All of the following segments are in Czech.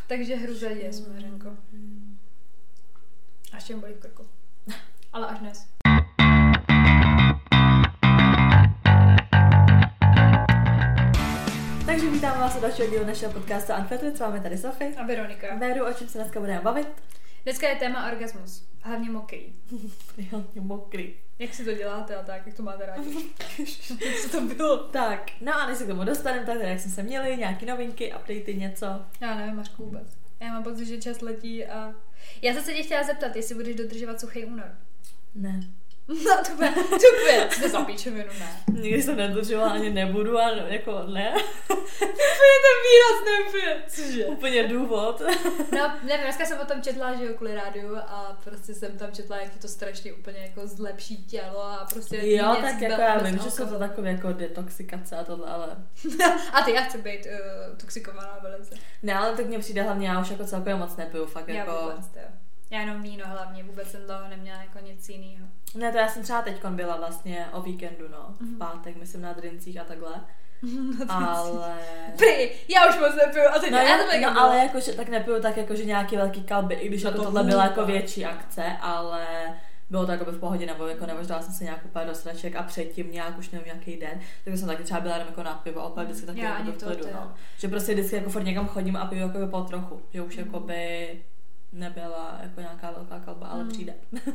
Takže hruza smaženko. Až těm bolí v krku. Ale až dnes. Takže vítáme vás u dalšího dílu našeho podcastu Unfiltered. S vámi tady Sofie. A Veronika. Veru, o čem se dneska budeme bavit? Dneska je téma orgasmus. Hlavně mokrý. Hlavně mokrý. Jak si to děláte a tak, jak to máte rádi? Co to bylo? Tak, no a než se k tomu dostaneme, tak jak jsme se měli, nějaký novinky, updaty, něco. Já nevím, Mařku, vůbec. Já mám pocit, že čas letí a... Já jsem se tě chtěla zeptat, jestli budeš dodržovat suchý únor. Ne. No, tupě, jste za píčovinu, ne. Nikdy jsem nedodržovala, ani nebudu a jako ne. Úplně ten výraz nevím. Cože? Úplně důvod. No, nevím, dneska jsem o tom četla, že jo, kvůli rádiu a prostě jsem tam četla, jak ti to strašně úplně jako zlepší tělo a prostě... Jo, tak jako já vím, že jsou to takové jako detoxikace a tohle, ale... A ty, já chci být toxikovaná velice. Ne, ale tak mně přijde hlavně, já už jako celkově moc nepiju, fakt já jako... Vůbec, jo. Já jenom víno hlavně, vůbec jsem dlouho neměla jako nic jiného. Ne, to já jsem třeba teďkon byla vlastně o víkendu, no, v pátek, myslím na drincích a takhle. Ale... Prý, já už moc nepiju a teď no, ale jakože tak nepiju tak jakože nějaký velký kalby, i když jako tohle byla jako větší akce, ale bylo to jako by v pohodě, nebo jako nemoždala jsem se nějak úplně do sraček a předtím nějak už nevím nějaký den, takže jsem taky třeba byla jenom jako na pivo, opět vždycky taky jako v klidu, no. Že prostě vždycky jako furt někam chodím a piju jako by po trochu, že už jako by nebyla jako nějaká velká kalba, ale přijde.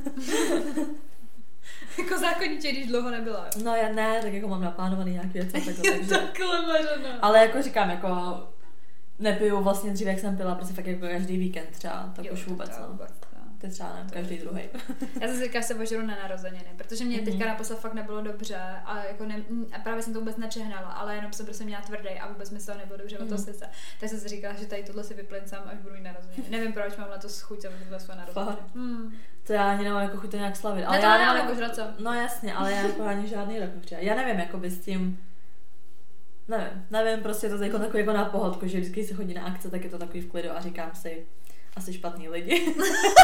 Jako zákonitě, když dlouho nebyla. Jo? No já ne, tak jako mám naplánovaný nějaký věc. Takže... Takhle mařena. Ale jako říkám, jako nepiju vlastně dřív, jak jsem pila, prostě fakt jako každý víkend třeba, tak jo, už vůbec, no. Vůbec, no. Ty třeba nevím, každý druhý. Já jsem si říkala, že se ožeru na narozeniny, protože mě teďka naposled fakt nebylo dobře a jako a právě jsem to vůbec nepřehnala, ale jenom jsem prostě měla tvrdý a vůbec mi se nebylo dobře od toho srdce. Tak jsem si říkala, že tady tohle si vyplincám, až budu mít narozeniny. Nevím, proč mám na to chuť, jsem to své narozeniny. To já ani nemám jako chuť to nějak slavit. Ale ne, to já nemám jako žrat, co? No jasně, ale já jako ani žádný rok nepřijde. Já nevím, jako by s tím... Nevím, prostě to jako takový jako na pohodku, že vždycky se chodí na akce, tak je to takový v klidu a říkám si, asi špatný lidi.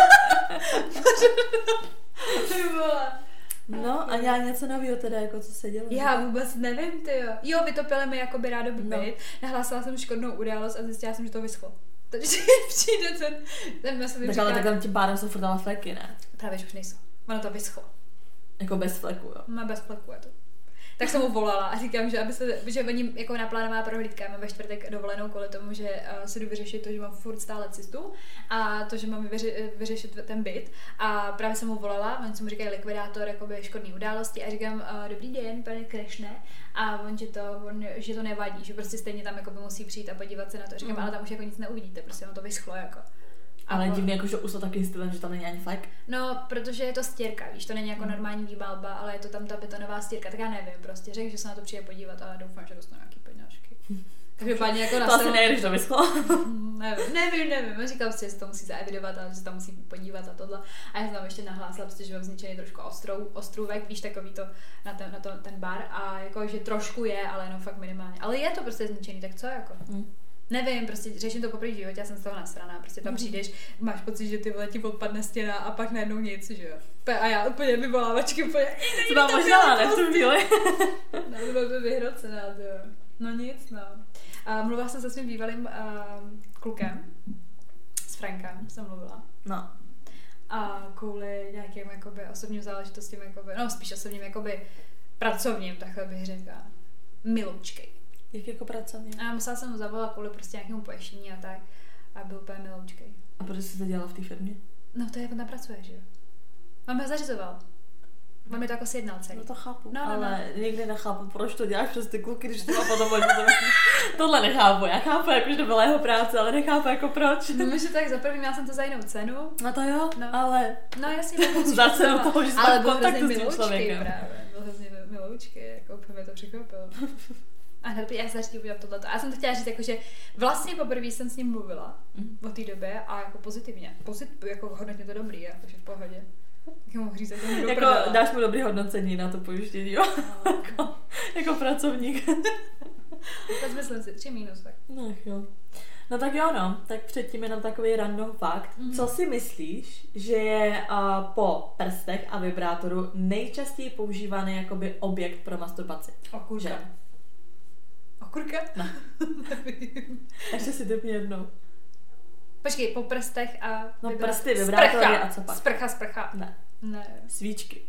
No a já něco novýho teda, jako co se dělo? Já vůbec nevím, tyjo. Jo, vytopili mi jakoby rádoby byt, nahlásila jsem škodnou událost a zjistila jsem, že to vyschlo. Takže přijde ten tak ale tak tam tím pádem jsou furt ale fleky, ne? Právě, že už nejsou. Ono to vyschlo. Jako bez fleku, jo? No, bez fleku je to. Tak jsem mu volala a říkám, že oni jako naplánovaná prohlídka, mám ve čtvrtek dovolenou kvůli tomu, že si jdu vyřešit to, že mám furt stále cystu a to, že mám vyřešit ten byt a právě jsem mu volala, oni se mu říkají likvidátor jakoby škodný události a říkám, dobrý den, pane Krešne, a že to nevadí, že prostě stejně tam jakoby musí přijít a podívat se na to. Říkám, ale tam už jako nic neuvidíte, prostě ono to vyschlo jako. Ale divně, jako, že už to taky stylem, že tam není ani flek. No, protože je to stěrka, víš, to není jako normální výbalba, ale je to tam ta betonová stěrka, tak já nevím prostě, řekl, že se na to přijde podívat a doufám, že dostanu nějaký peňažky. Každopádně jako to asi nejdeš to vyschlo. nevím, říkal si, že to musí zaevidovat a že se tam musí podívat a tohle. A já jsem tam ještě nahlásila, protože mám zničený trošku ostrůvek, víš, takový to na ten bar a jako, že trošku je, ale jenom fakt minimálně. Ale je to prostě zničený, tak co jako? Nevím, prostě řeším to poprvé v životě, já jsem z toho nasraná, prostě tam přijdeš, máš pocit, že ty vole ti odpadne stěna a pak najednou nic, že jo. A já úplně vyvolávačky, úplně... Co tam možná, ne v tu chvíli? No, to bylo vyhrocená, to jo. No nic, no. A mluvila jsem se svým bývalým klukem, s Frankem jsem mluvila. No. A kvůli nějakým jakoby osobním záležitostím, jakoby, no spíš osobním jakoby pracovním, takhle bych řekla. Miloučkej. Jak jako pracovně? A musela jsem mu zavolat kvůli prostě nějakému pojištění a tak. A byl úplně miloučkej. A proč jsi to dělala v té firmě? No to je, on napracuje, že jo. On mě zařizoval. On mi to jako sjednal celý. No to chápu, no, ale někdy nechápu, proč to děláš přes ty kluky, když to má potom možná. Tohle nechápu, já chápu, jako, že to byla jeho práce, ale nechápu jako proč. No že tak za první měla jsem to za jinou cenu. No to jo, no. Ale... No jasně. Za cenu toho, že jsme v kontaktu s tím člověkem. Právě, byl hrozně miloučkej, jako úplně mě to překvapilo. A hned já se začala udělat tohleto. A já jsem to chtěla říct, jako, že vlastně poprvé jsem s ním mluvila o té době a jako pozitivně. Jako hodnotně to dobrý, jakože v pohodě. Jako dáš mu dobrý hodnocení na to pojištění, jo? No. jako pracovník. Tak myslím si, 3 minus tak. No jo. No tak jo, no. Tak předtím jenom takový random fakt. Co si myslíš, že je po prstech a vibrátoru nejčastěji používaný jakoby objekt pro masturbaci? Okurka. Okurka? No. Ještě si typni jednou. Počkej, po prstech a... No prsty, vibrátory a co pak? Sprcha. Ne. Svíčky.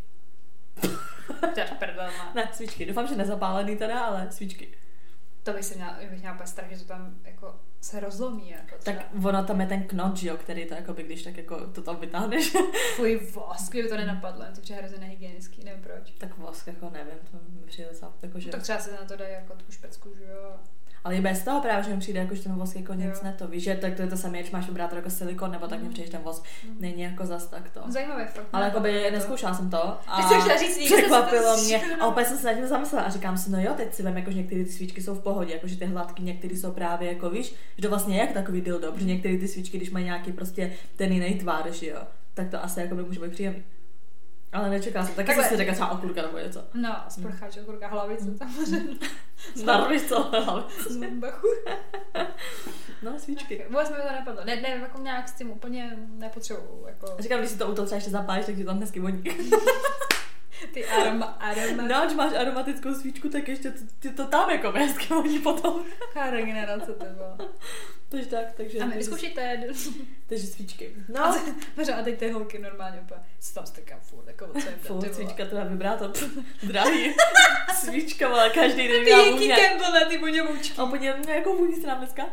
Ne, svíčky. Doufám, že nezapálený teda, ale svíčky. To bych měla úplně strach, že to tam jako se rozlomí. Jako tak ono tam je ten knot, jo, který to jakoby, když tak jako to tam vytáhneš. Fuj, vosk, kdyby to nenapadlo, to je hrozně nehygienický, nevím proč. Tak vosk, jako nevím, to mi přijde docela, jakože... Tak třeba se na to dají jako tu špecku, že jo. Ale i bez toho právě, že mi přijde, jako, že ten vosk jako nic ne to, víš, že tak to je to samé, když máš vibrátor jako silikon, nebo tak mi přijde, že ten vosk není jako zas tak to. Zajímavé fakt. Ale jakoby neskoušela jsem to a říct, překvapilo mě a opět jsem se nad tím zamyslela a říkám si, no jo, teď si vem, jako, že některé ty svíčky jsou v pohodě, jako, že ty hladky, některé jsou právě jako, víš, že to vlastně je jak takový dildo, protože některé ty svíčky, když mají nějaký prostě ten jiný tvar, že jo, tak to asi jakoby může být příjemný. Ale nečekala jsem, taky jsem si řekla třeba okurka nebo něco. No, sprcháč, okurka, hlavice samozřejmě. Narviš co? Hlavice. Zumbachu. No, svíčky. Vůbec mi to nepadlo. Ne, jako nějak s tím úplně nepotřebuju. Jako... Říkám, když si to auto třeba ještě zapálíš, tak ti tam hezky voní. Ty aroma. No, když máš aromatickou svíčku, tak ještě to tam jako hezky voní potom. Jaká regenerace to bylo. Takže... A my vyzkoušíte. Takže svíčky. No. A teď ty holky normálně úplně se tam stykám furt, jako co jim furt, svíčka, to je vibrátor. Drahý. Svíčka, ale každý den měla vůně. Ty jaký Campbell, ty voňavoučky. A po něm jako vůní se nám dneska.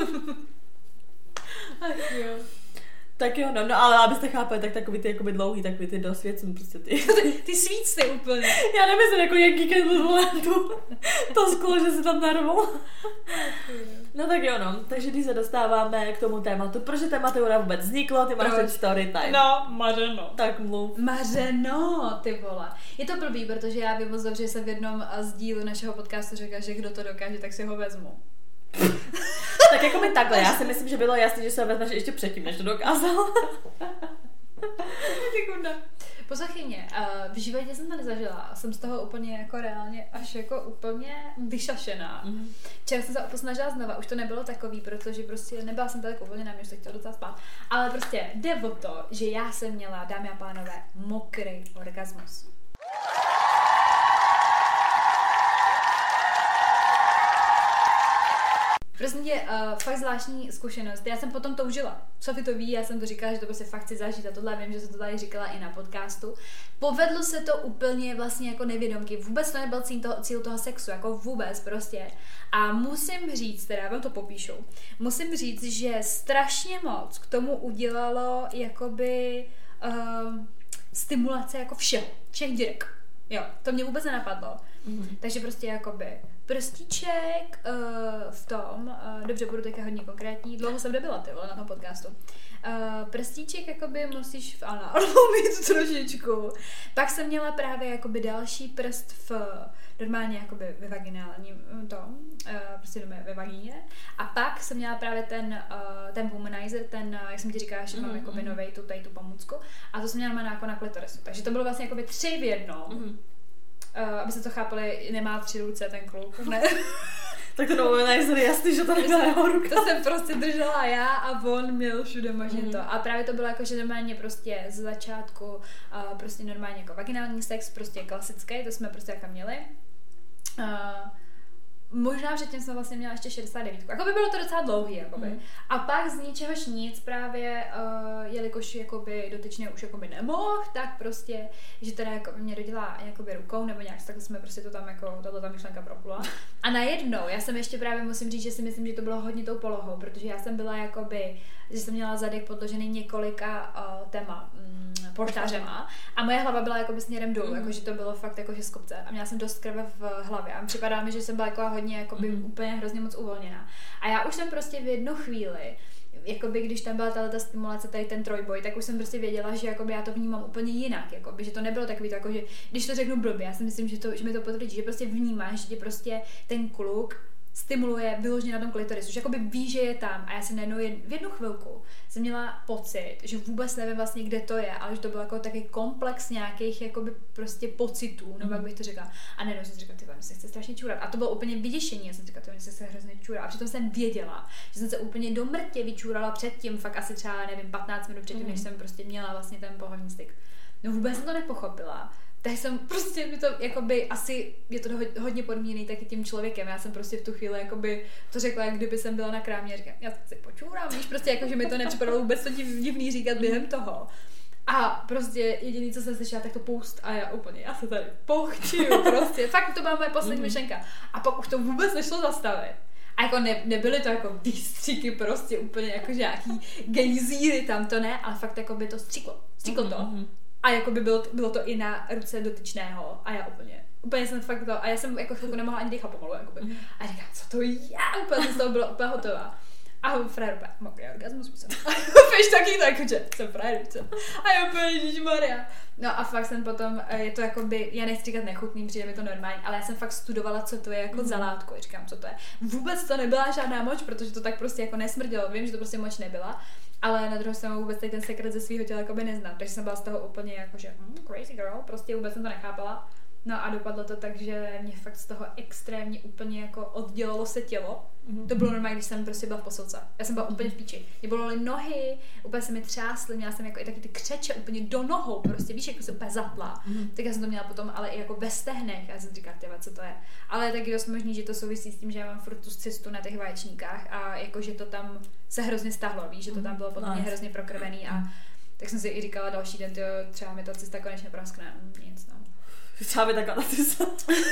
Ach jo. Tak jo, no ale abyste chápali, tak takový ty jakoby dlouhý, takový ty dosvědců, prostě ty. Ty svícny úplně. Já nemyslím jako Yankee Candle to sklo, že se tam narvou. No tak jo, no, takže když se dostáváme k tomu tématu, proč téma Teura vůbec vzniklo, ty máš ten story time. No, mařeno. Tak mluv. Mařeno, ty vole. Je to blbý, protože já vím moc dobře, že jsem v jednom z dílu našeho podcastu řekla, že kdo to dokáže, tak si ho vezmu. Tak jako mi takhle, já si myslím, že bylo jasné, že se ho vezmeš ještě předtím, než to dokázal. Poslouchej mě, v životě jsem to nezažila, jsem z toho úplně jako reálně až jako úplně vyšašená. Včera jsem se posnažila znova, už to nebylo takový, protože prostě nebyla jsem tak uvolněná, mě už se chtěla docela spát, ale prostě jde o to, že já jsem měla, dámy a pánové, mokrý orgasmus. Prosím tě, fakt zvláštní zkušenost. Já jsem potom toužila. Sofie to ví, já jsem to říkala, že to prostě fakt chci zažít a tohle vím, že jsem to tady říkala i na podcastu. Povedlo se to úplně vlastně jako nevědomky. Vůbec to nebyl cíl toho sexu, jako vůbec prostě. A musím říct, teda vám to popíšu, musím říct, že strašně moc k tomu udělalo jakoby stimulace jako všech dírek. Jo, to mě vůbec nenapadlo. Takže prostě jakoby prstíček v tom, dobře, budu teďka hodně konkrétní, dlouho jsem nebyla ty vole na tom podcastu. Prstíček jakoby musíš v análu mít trošičku. Pak jsem měla právě jakoby další prst v normálně jakoby ve vaginálním tom, prostě ve vagíně. A pak jsem měla právě ten womanizer, jak jsem ti říkala, že mám jakoby novej tu pomůcku. A to jsem měla jako na klitorisu. Takže to bylo vlastně jakoby 3 v jednom. Aby se to chápali, nemá 3 ruce ten kluk, ne? Tak to womanizer je jasný, že to nebyla jeho ruka. To jsem prostě držela já a on měl všude možně to. A právě to bylo jako, že normálně prostě z začátku prostě normálně jako vaginální sex, prostě klasický, to jsme prostě jako měli. Možná předtím jsem vlastně měla ještě 69. Jakoby bylo to docela dlouhý, jakoby. A pak z ničehož nic právě, jelikož jakoby dotyčně už jakoby nemohl, tak prostě, že teda jako mě rodila jakoby rukou, nebo nějak tak jsme prostě to tam jako, tato ta myšlenka proplula. A najednou, já jsem ještě právě musím říct, že si myslím, že to bylo hodně tou polohou, protože já jsem byla jakoby, že jsem měla zadek podložený několika polštářema a moje hlava byla jakoby směrem dolů, jakože to bylo fakt jakože z kopce a měla jsem dost krve v hlavě a připadá mi, že jsem byla jako hodně jakoby úplně hrozně moc uvolněná. A já už jsem prostě v jednu chvíli, jakoby když tam byla ta stimulace, tady ten trojboj, tak už jsem prostě věděla, že jakoby já to vnímám úplně jinak, jakoby, že to nebylo takový to, jako, že když to řeknu blbě, já si myslím, že mi to potvrdí, že prostě vnímáš, že tě prostě ten kluk stimuluje vyloženě na tom klitorisu, že jakoby ví, že je tam a já si najednou v jednu chvilku jsem měla pocit, že vůbec nevím vlastně, kde to je, ale že to byl jako takový komplex nějakých jakoby prostě pocitů, nebo jak bych to řekla. A najednou jsem si říkala, tyhle, mě se chce strašně čůrat. A to bylo úplně vyděšení, já jsem si říkala, mě se chce hrozně čůrat. A přitom jsem věděla, že jsem se úplně do mrtě vyčůrala předtím, fakt asi třeba, nevím, 15 minut předtím, než jsem prostě měla vlastně ten pohlavní styk. No vůbec jsem to nepochopila. tak jsem prostě mi to jakoby asi je to hodně podmíněný taky tím člověkem. Já jsem prostě v tu chvíli jakoby to řekla, jak kdyby jsem byla na krámě a říkám, já se počůrám, víš, prostě jako, že mi to nepřipadalo vůbec to divný říkat během toho. A prostě jediný, co jsem slyšela, tak to pust a já se tady pochčiju prostě. Fakt to byla moje poslední myšlenka. A pak už to vůbec nešlo zastavit. A jako nebyly to jako výstříky prostě úplně jako nějaký gejzíry tam, to ne, ale fakt jako by to stříklo to. A jako by bylo to i na ruce dotyčného a já úplně jsem fakt to, a já jsem jako chvilku nemohla ani dýchat pomalu, jakoby. A říkám, co to je, úplně jsem z toho byla úplně hotová. A frajer úplně, mokrý orgasmus, jsem. A víš taky tak, že jsem frajer, a já úplně, ježišmarja. No a fakt jsem potom, je to jakoby, já nechci říkat nechutný, přijde mi to normální, ale já jsem fakt studovala, co to je jako za látku, říkám, co to je. Vůbec to nebyla žádná moč, protože to tak prostě jako nesmrdělo, vím, že to prostě moč nebyla, ale na druhou stranu vůbec ten sekret ze svého těla jakoby neznám, takže jsem byla z toho úplně jako, že crazy girl, prostě vůbec jsem to nechápala. No a dopadlo to tak, že mě fakt z toho extrémně úplně jako oddělalo se tělo. To bylo normálně, když jsem prostě byla v posilce. Já jsem byla úplně v píči. Mě bolely nohy, úplně se mi třásly, měla jsem jako i taky ty křeče úplně do nohou, prostě víš, jako se úplně zapla. Tak já jsem to měla potom, ale i jako ve stehnech. Já jsem říkala, tyva, co to je. Ale je taky dost možný, že to souvisí s tím, že já mám furt tu cystu na těch vaječníkách a jako, že to tam se hrozně stahlo, víš, že to tam bylo potom hrozně prokrvený a tak jsem si i říkala další den, tyjo, třeba mi ta cysta konečně praskne, nic, no. Třeba by takhle ty se...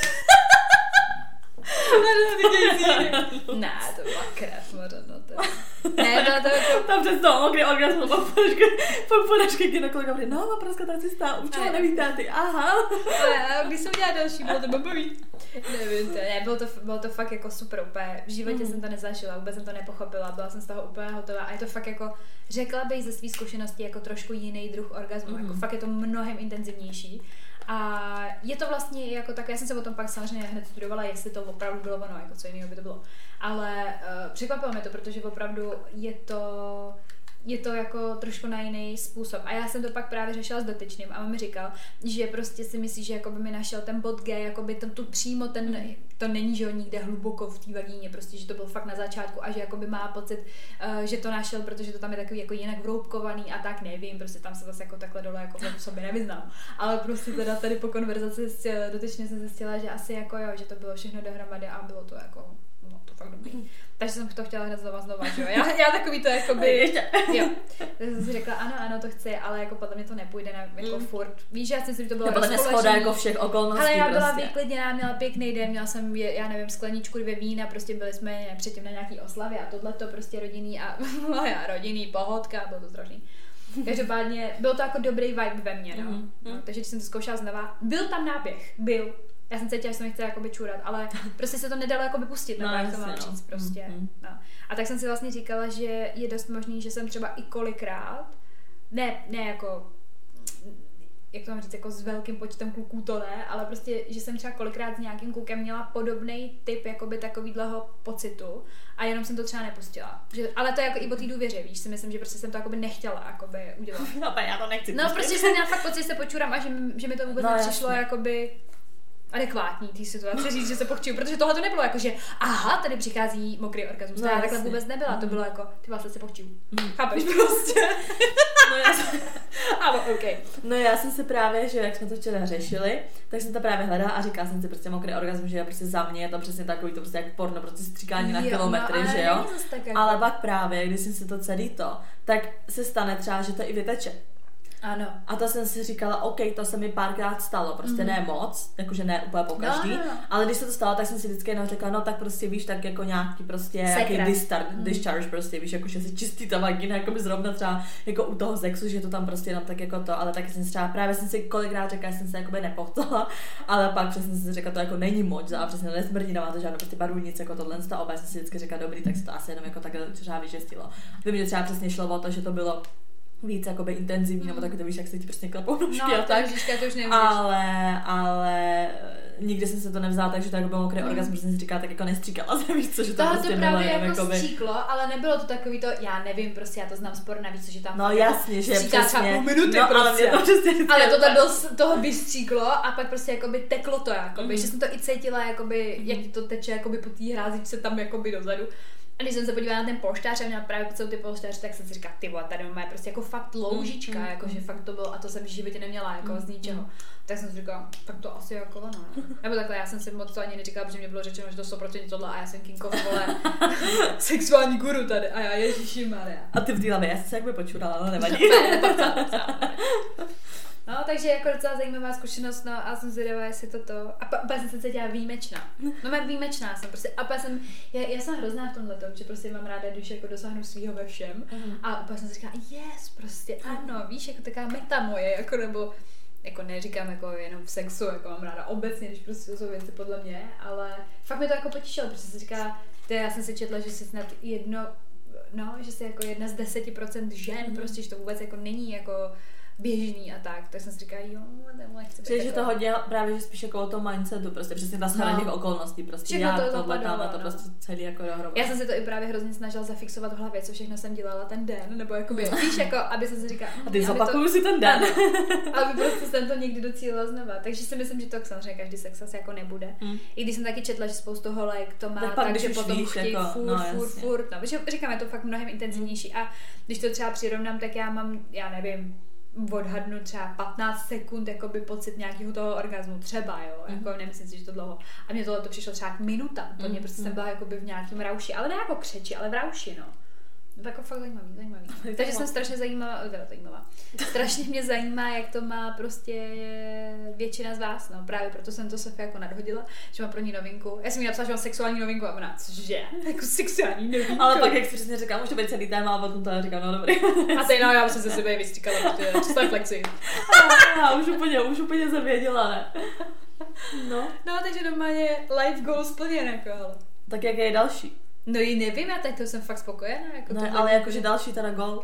Ne, to byla krev, možná. Ne, byla to jako... Tam přes toho mokrý orgasmus podačky gynekologové říkají, no, má praskatá cysta, už čeho nevíte ty, aha. A když jsem dělala další, bylo to babový. Nevím, ne, bylo to fakt jako super úplně. V životě jsem to nezažila, vůbec jsem to nepochopila, byla jsem z toho úplně hotová a je to fakt jako, řekla bych ze svých zkušeností jako trošku jiný druh orgasmu, jako fakt je to mnohem intenzivnější. A je to vlastně jako tak, já jsem se o tom pak samozřejmě hned studovala, jestli to opravdu bylo ono, jako co jiného by to bylo. Ale překvapilo mě to, protože opravdu je to jako trošku na jiný způsob. A já jsem to pak právě řešila s dotyčným a on mi říkal, že prostě si myslí, že jako by mi našel ten bod G, jako by tu přímo to není, že ho nikde hluboko v té vagíně, prostě, že to bylo fakt na začátku a že jako by má pocit, že to našel, protože to tam je takový jako jinak vroubkovaný a tak nevím, prostě tam se zase jako takhle dole jako v sobě nevyznám. Ale prostě teda tady po konverzaci dotyčně jsem zjistila, že asi jako jo, že to bylo všechno dohromady a bylo to jako to fakt dobrý. Takže jsem to chtěla hned znova, že jo. Já takový to jakoby, jo. Takže jsem si řekla, ano, to chci, ale jako podle mě to nepůjde jako furt. Víš, že já si myslím, že to bylo rozpoložení. Shoda jako všech okolností. Ale já byla vyklidněná, měla pěkný den, měla jsem, já nevím, skleničku 2 vína, prostě byli jsme předtím na nějaký oslavě a tohleto prostě rodinný a rodinný pohodka, bylo to strašný. Každopádně byl to jako dobrý vibe ve mně, no. Takže když jsem to zkoušela znova, byl tam náběh, Já jsem cítila, že jsem nechtěla jakoby čůrat, ale prostě se to nedalo jakoby pustit, nebo jak to mám říct prostě. No. A tak jsem si vlastně říkala, že je dost možný, že jsem třeba i kolikrát, ne jako, jak to mám říct, jako s velkým počtem kluků to ne, ale prostě, že jsem třeba kolikrát s nějakým klukem měla podobný typ jakoby takovýhleho pocitu a jenom jsem to třeba nepustila. Ale to je jako i o té důvěře, víš, si myslím, že prostě jsem to jakoby nechtěla jakoby udělat. No, já to nechci pustit. No, prostě jsem měla fakt pocit, že se počurám a že mi to vůbec nepřišlo jakoby adekvátní té situace říct, že se pochčiju, protože tohle to nebylo jako, že aha, tady přichází mokrý orgasmus. No, takhle vůbec nebyla, to bylo jako, ty vlastně se pochčiju. Chápeš prostě? Ale okay. No já jsem se právě, že jak jsme to včera řešili, tak jsem to právě hledala a říkala jsem si prostě mokrý orgasmus, že je prostě za mě je to přesně takový, to prostě jak porno, prostě stříkání na kilometry, že jo? Ale pak právě, když jsem si to celý tak se stane třeba, že to i vyteče. Ano. A to jsem si říkala, OK, to se mi párkrát stalo, prostě ne moc, jakože ne úplně po každý, ale když se to stalo, tak jsem si vždycky jenom řekla, no tak prostě víš, tak jako nějaký prostě nějaký discharge prostě, víš, jakože se čistí ta vagina, jako by zrovna třeba jako u toho sexu, že to tam prostě jenom tak jako to, ale taky jsem si třeba, právě jsem si kolikrát řekla, že jsem se jakoby nepochtala, ale pak přesně jsem si řekla, to jako není moc, a přesně nesmrdí, nemá to žádnou prostě barvu, nic jako tohle, a oba jsem si vždycky řekla, dobrý, tak se to asi jenom jako takhle třeba vyžestilo. By mě třeba přesně šlo o to, že to bylo víc jakoby intenzivní, nebo taky to víš, jak se ti prostě klepou nůžky a tak. To už ale nikdy jsem se to nevzala, takže to jako byl mokrý orgasmus, jsem si říkala, tak jako nestříkala, víš co, že to prostě to právě jako stříklo, ale nebylo to takový to, já nevím, prostě já to znám z porna, víc, že tam no jasně, že přesně, půl minuty no, prostě. Ale tohle bylo z toho vystříklo a pak prostě jakoby teklo to jakoby, že jsem to i cítila jakoby, jak to teče jakoby po té hrázičce tam jakoby dozadu. A když jsem se podívala na ten polštář a měla právě po celou ty polštáře, tak jsem si říkala, ty vole, tady má prostě jako fakt loužička, jakože fakt to bylo, a to jsem v životě neměla jako z ničeho. Tak jsem si říkala, tak to asi jako ono. Nebo takhle, já jsem si moc to ani neříkala, protože mě bylo řečeno, že to 100% tohle a já jsem Kingkov, vole, sexuální guru tady a já Ježíšimarja. A ty v té hlavě, já jsem se jakby počurala, ale nevadí. No, takže jako docela zajímavá zkušenost, no a jsem zvědavá, jestli to. A úplně jsem se cítila výjimečná. No, mám výjimečná jsem prostě, a jsem, já jsem hrozná v tomhletom, že prostě mám ráda, když jako dosáhnu svýho ve všem. A úplně jsem si říkala, prostě ano, víš, jako taková meta moje, jako nebo, jako neříkám jako jenom v sexu, jako mám ráda obecně, když prostě jsou věci podle mě, ale fakt mi to jako potěšilo, protože se říká, já jsem si četla, že si snad že jsi jako 1 z 10% žen, prostě, že to vůbec jako není jako běžný a tak jsem si říkala, jo, nebo nechci být. Že to hodně právě, že spíš jako o tom mindsetu, prostě přesně ta shra těch okolností, prostě všechno já to tohle tam a to prostě celý jako dohromady. Já jsem si to i právě hrozně snažila zafixovat v hlavě, co všechno jsem dělala ten den, nebo jakoby, víš, jako, aby jsem si říkala. A ty zopakuju si ten den. Aby prostě jsem to někdy docílila znova. Takže si myslím, že to samozřejmě každý sex asi jako nebude. I když jsem taky četla, že spoustu holek to má tak že potom chtějí furt. No, protože říkám, je to fakt mnohem intenzivnější. A když to třeba přirovnám, tak já mám, já nevím, odhadnu třeba 15 sekund jakoby pocit nějakého toho orgazmu, třeba, jo, jako nemyslím si, že to dlouho. A mně tohle to přišlo třeba k minutám, to mě prostě jsem byla jakoby v nějakém rauši, ale ne jako křeči, ale v rauši, no. Jako fakt zajímavý. Takže jsem strašně zajímavá. Strašně mě zajímá, jak to má prostě většina z vás, no. Právě proto jsem to Sofie jako nadhodila, že má pro ní novinku. Já jsem jí napsala, že mám sexuální novinku a ona, cože? Jako sexuální novinku. Ale pak, jak jsi přesně říkala, může být celý téma a potom to říkám, no dobrý. A teď no, já jsem se sebe vystříkala, protože čistou flexi. Už úplně zavěděla, ne? No, takže normálně life goal splněn, jako, ale. Tak jak je další? No ji nevím, já teď to jsem fakt spokojená. Jako ne, ale jakože další teda gol.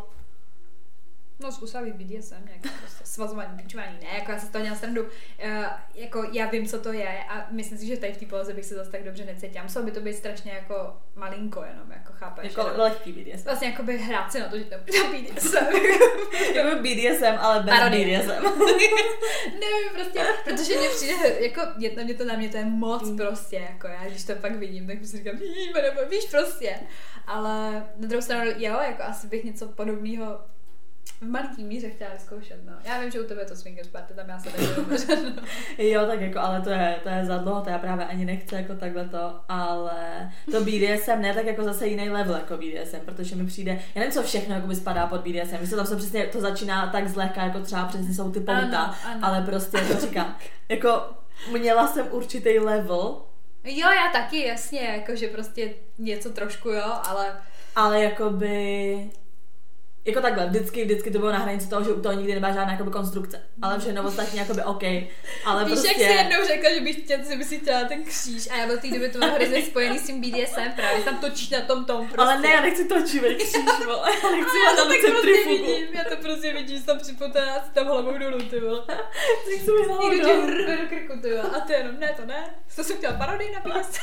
No zkusila být BDSM, nějaké prostě svazování, pičování, ne, jako já se z toho měla srandu, jako já vím, co to je a myslím si, že tady v té poloze bych se zase tak dobře necítila. Muselo by to být strašně jako malinko jenom, jako chápeš. Jako lehký BDSM. Vlastně jako by hrát si na to, že to bude BDSM. Jako BDSM, ale bez BDSM. Nevím, prostě, protože mě přijde, jako na mě to je moc prostě, jako já, když to pak vidím, tak si říkám, víš prostě. Ale na druhou stranu, jo, jako asi bych něco podobného v maliký míře chtěla vyzkoušet, no. Já vím, že u tebe je to swingers party, tam já se tak no. Jo, tak jako, ale to je za dlouho, to já právě ani nechci jako takhle to, ale to BDSM ne, tak jako zase jiný level jako BDSM, protože mi přijde, já nevím, co všechno jako by spadá pod BDSM, myslím, tam se přesně to začíná tak zlehka, jako třeba přesně jsou ty pouta, ale prostě to říkám, jako měla jsem určitý level. Jo, já taky, jasně, jakože prostě něco trošku, jo, ale jakoby jako takhle, vždycky to bylo na hranici toho, že u toho nikdy nemá žádná jakoby konstrukce. Ale všechno ostatní jakoby OK. Ale víš, prostě jak jsi jednou řekla, že by si chtěla ten kříž a já byl té doby to mám hrozně spojený s tím BDSM, právě tam točíš na tom prostě. Ale ne, já nechci točivej kříž, vole. Já nechci já to tak prostě vidím, já to prostě vidím, že tam připotená si tam hlavou dolů, ty vole. Nechci mi hlavou dolů. Někdo tě hrve do krku, ty vole. A ty jenom, ne, to ne. To jsem chtěla parodii na BDSM.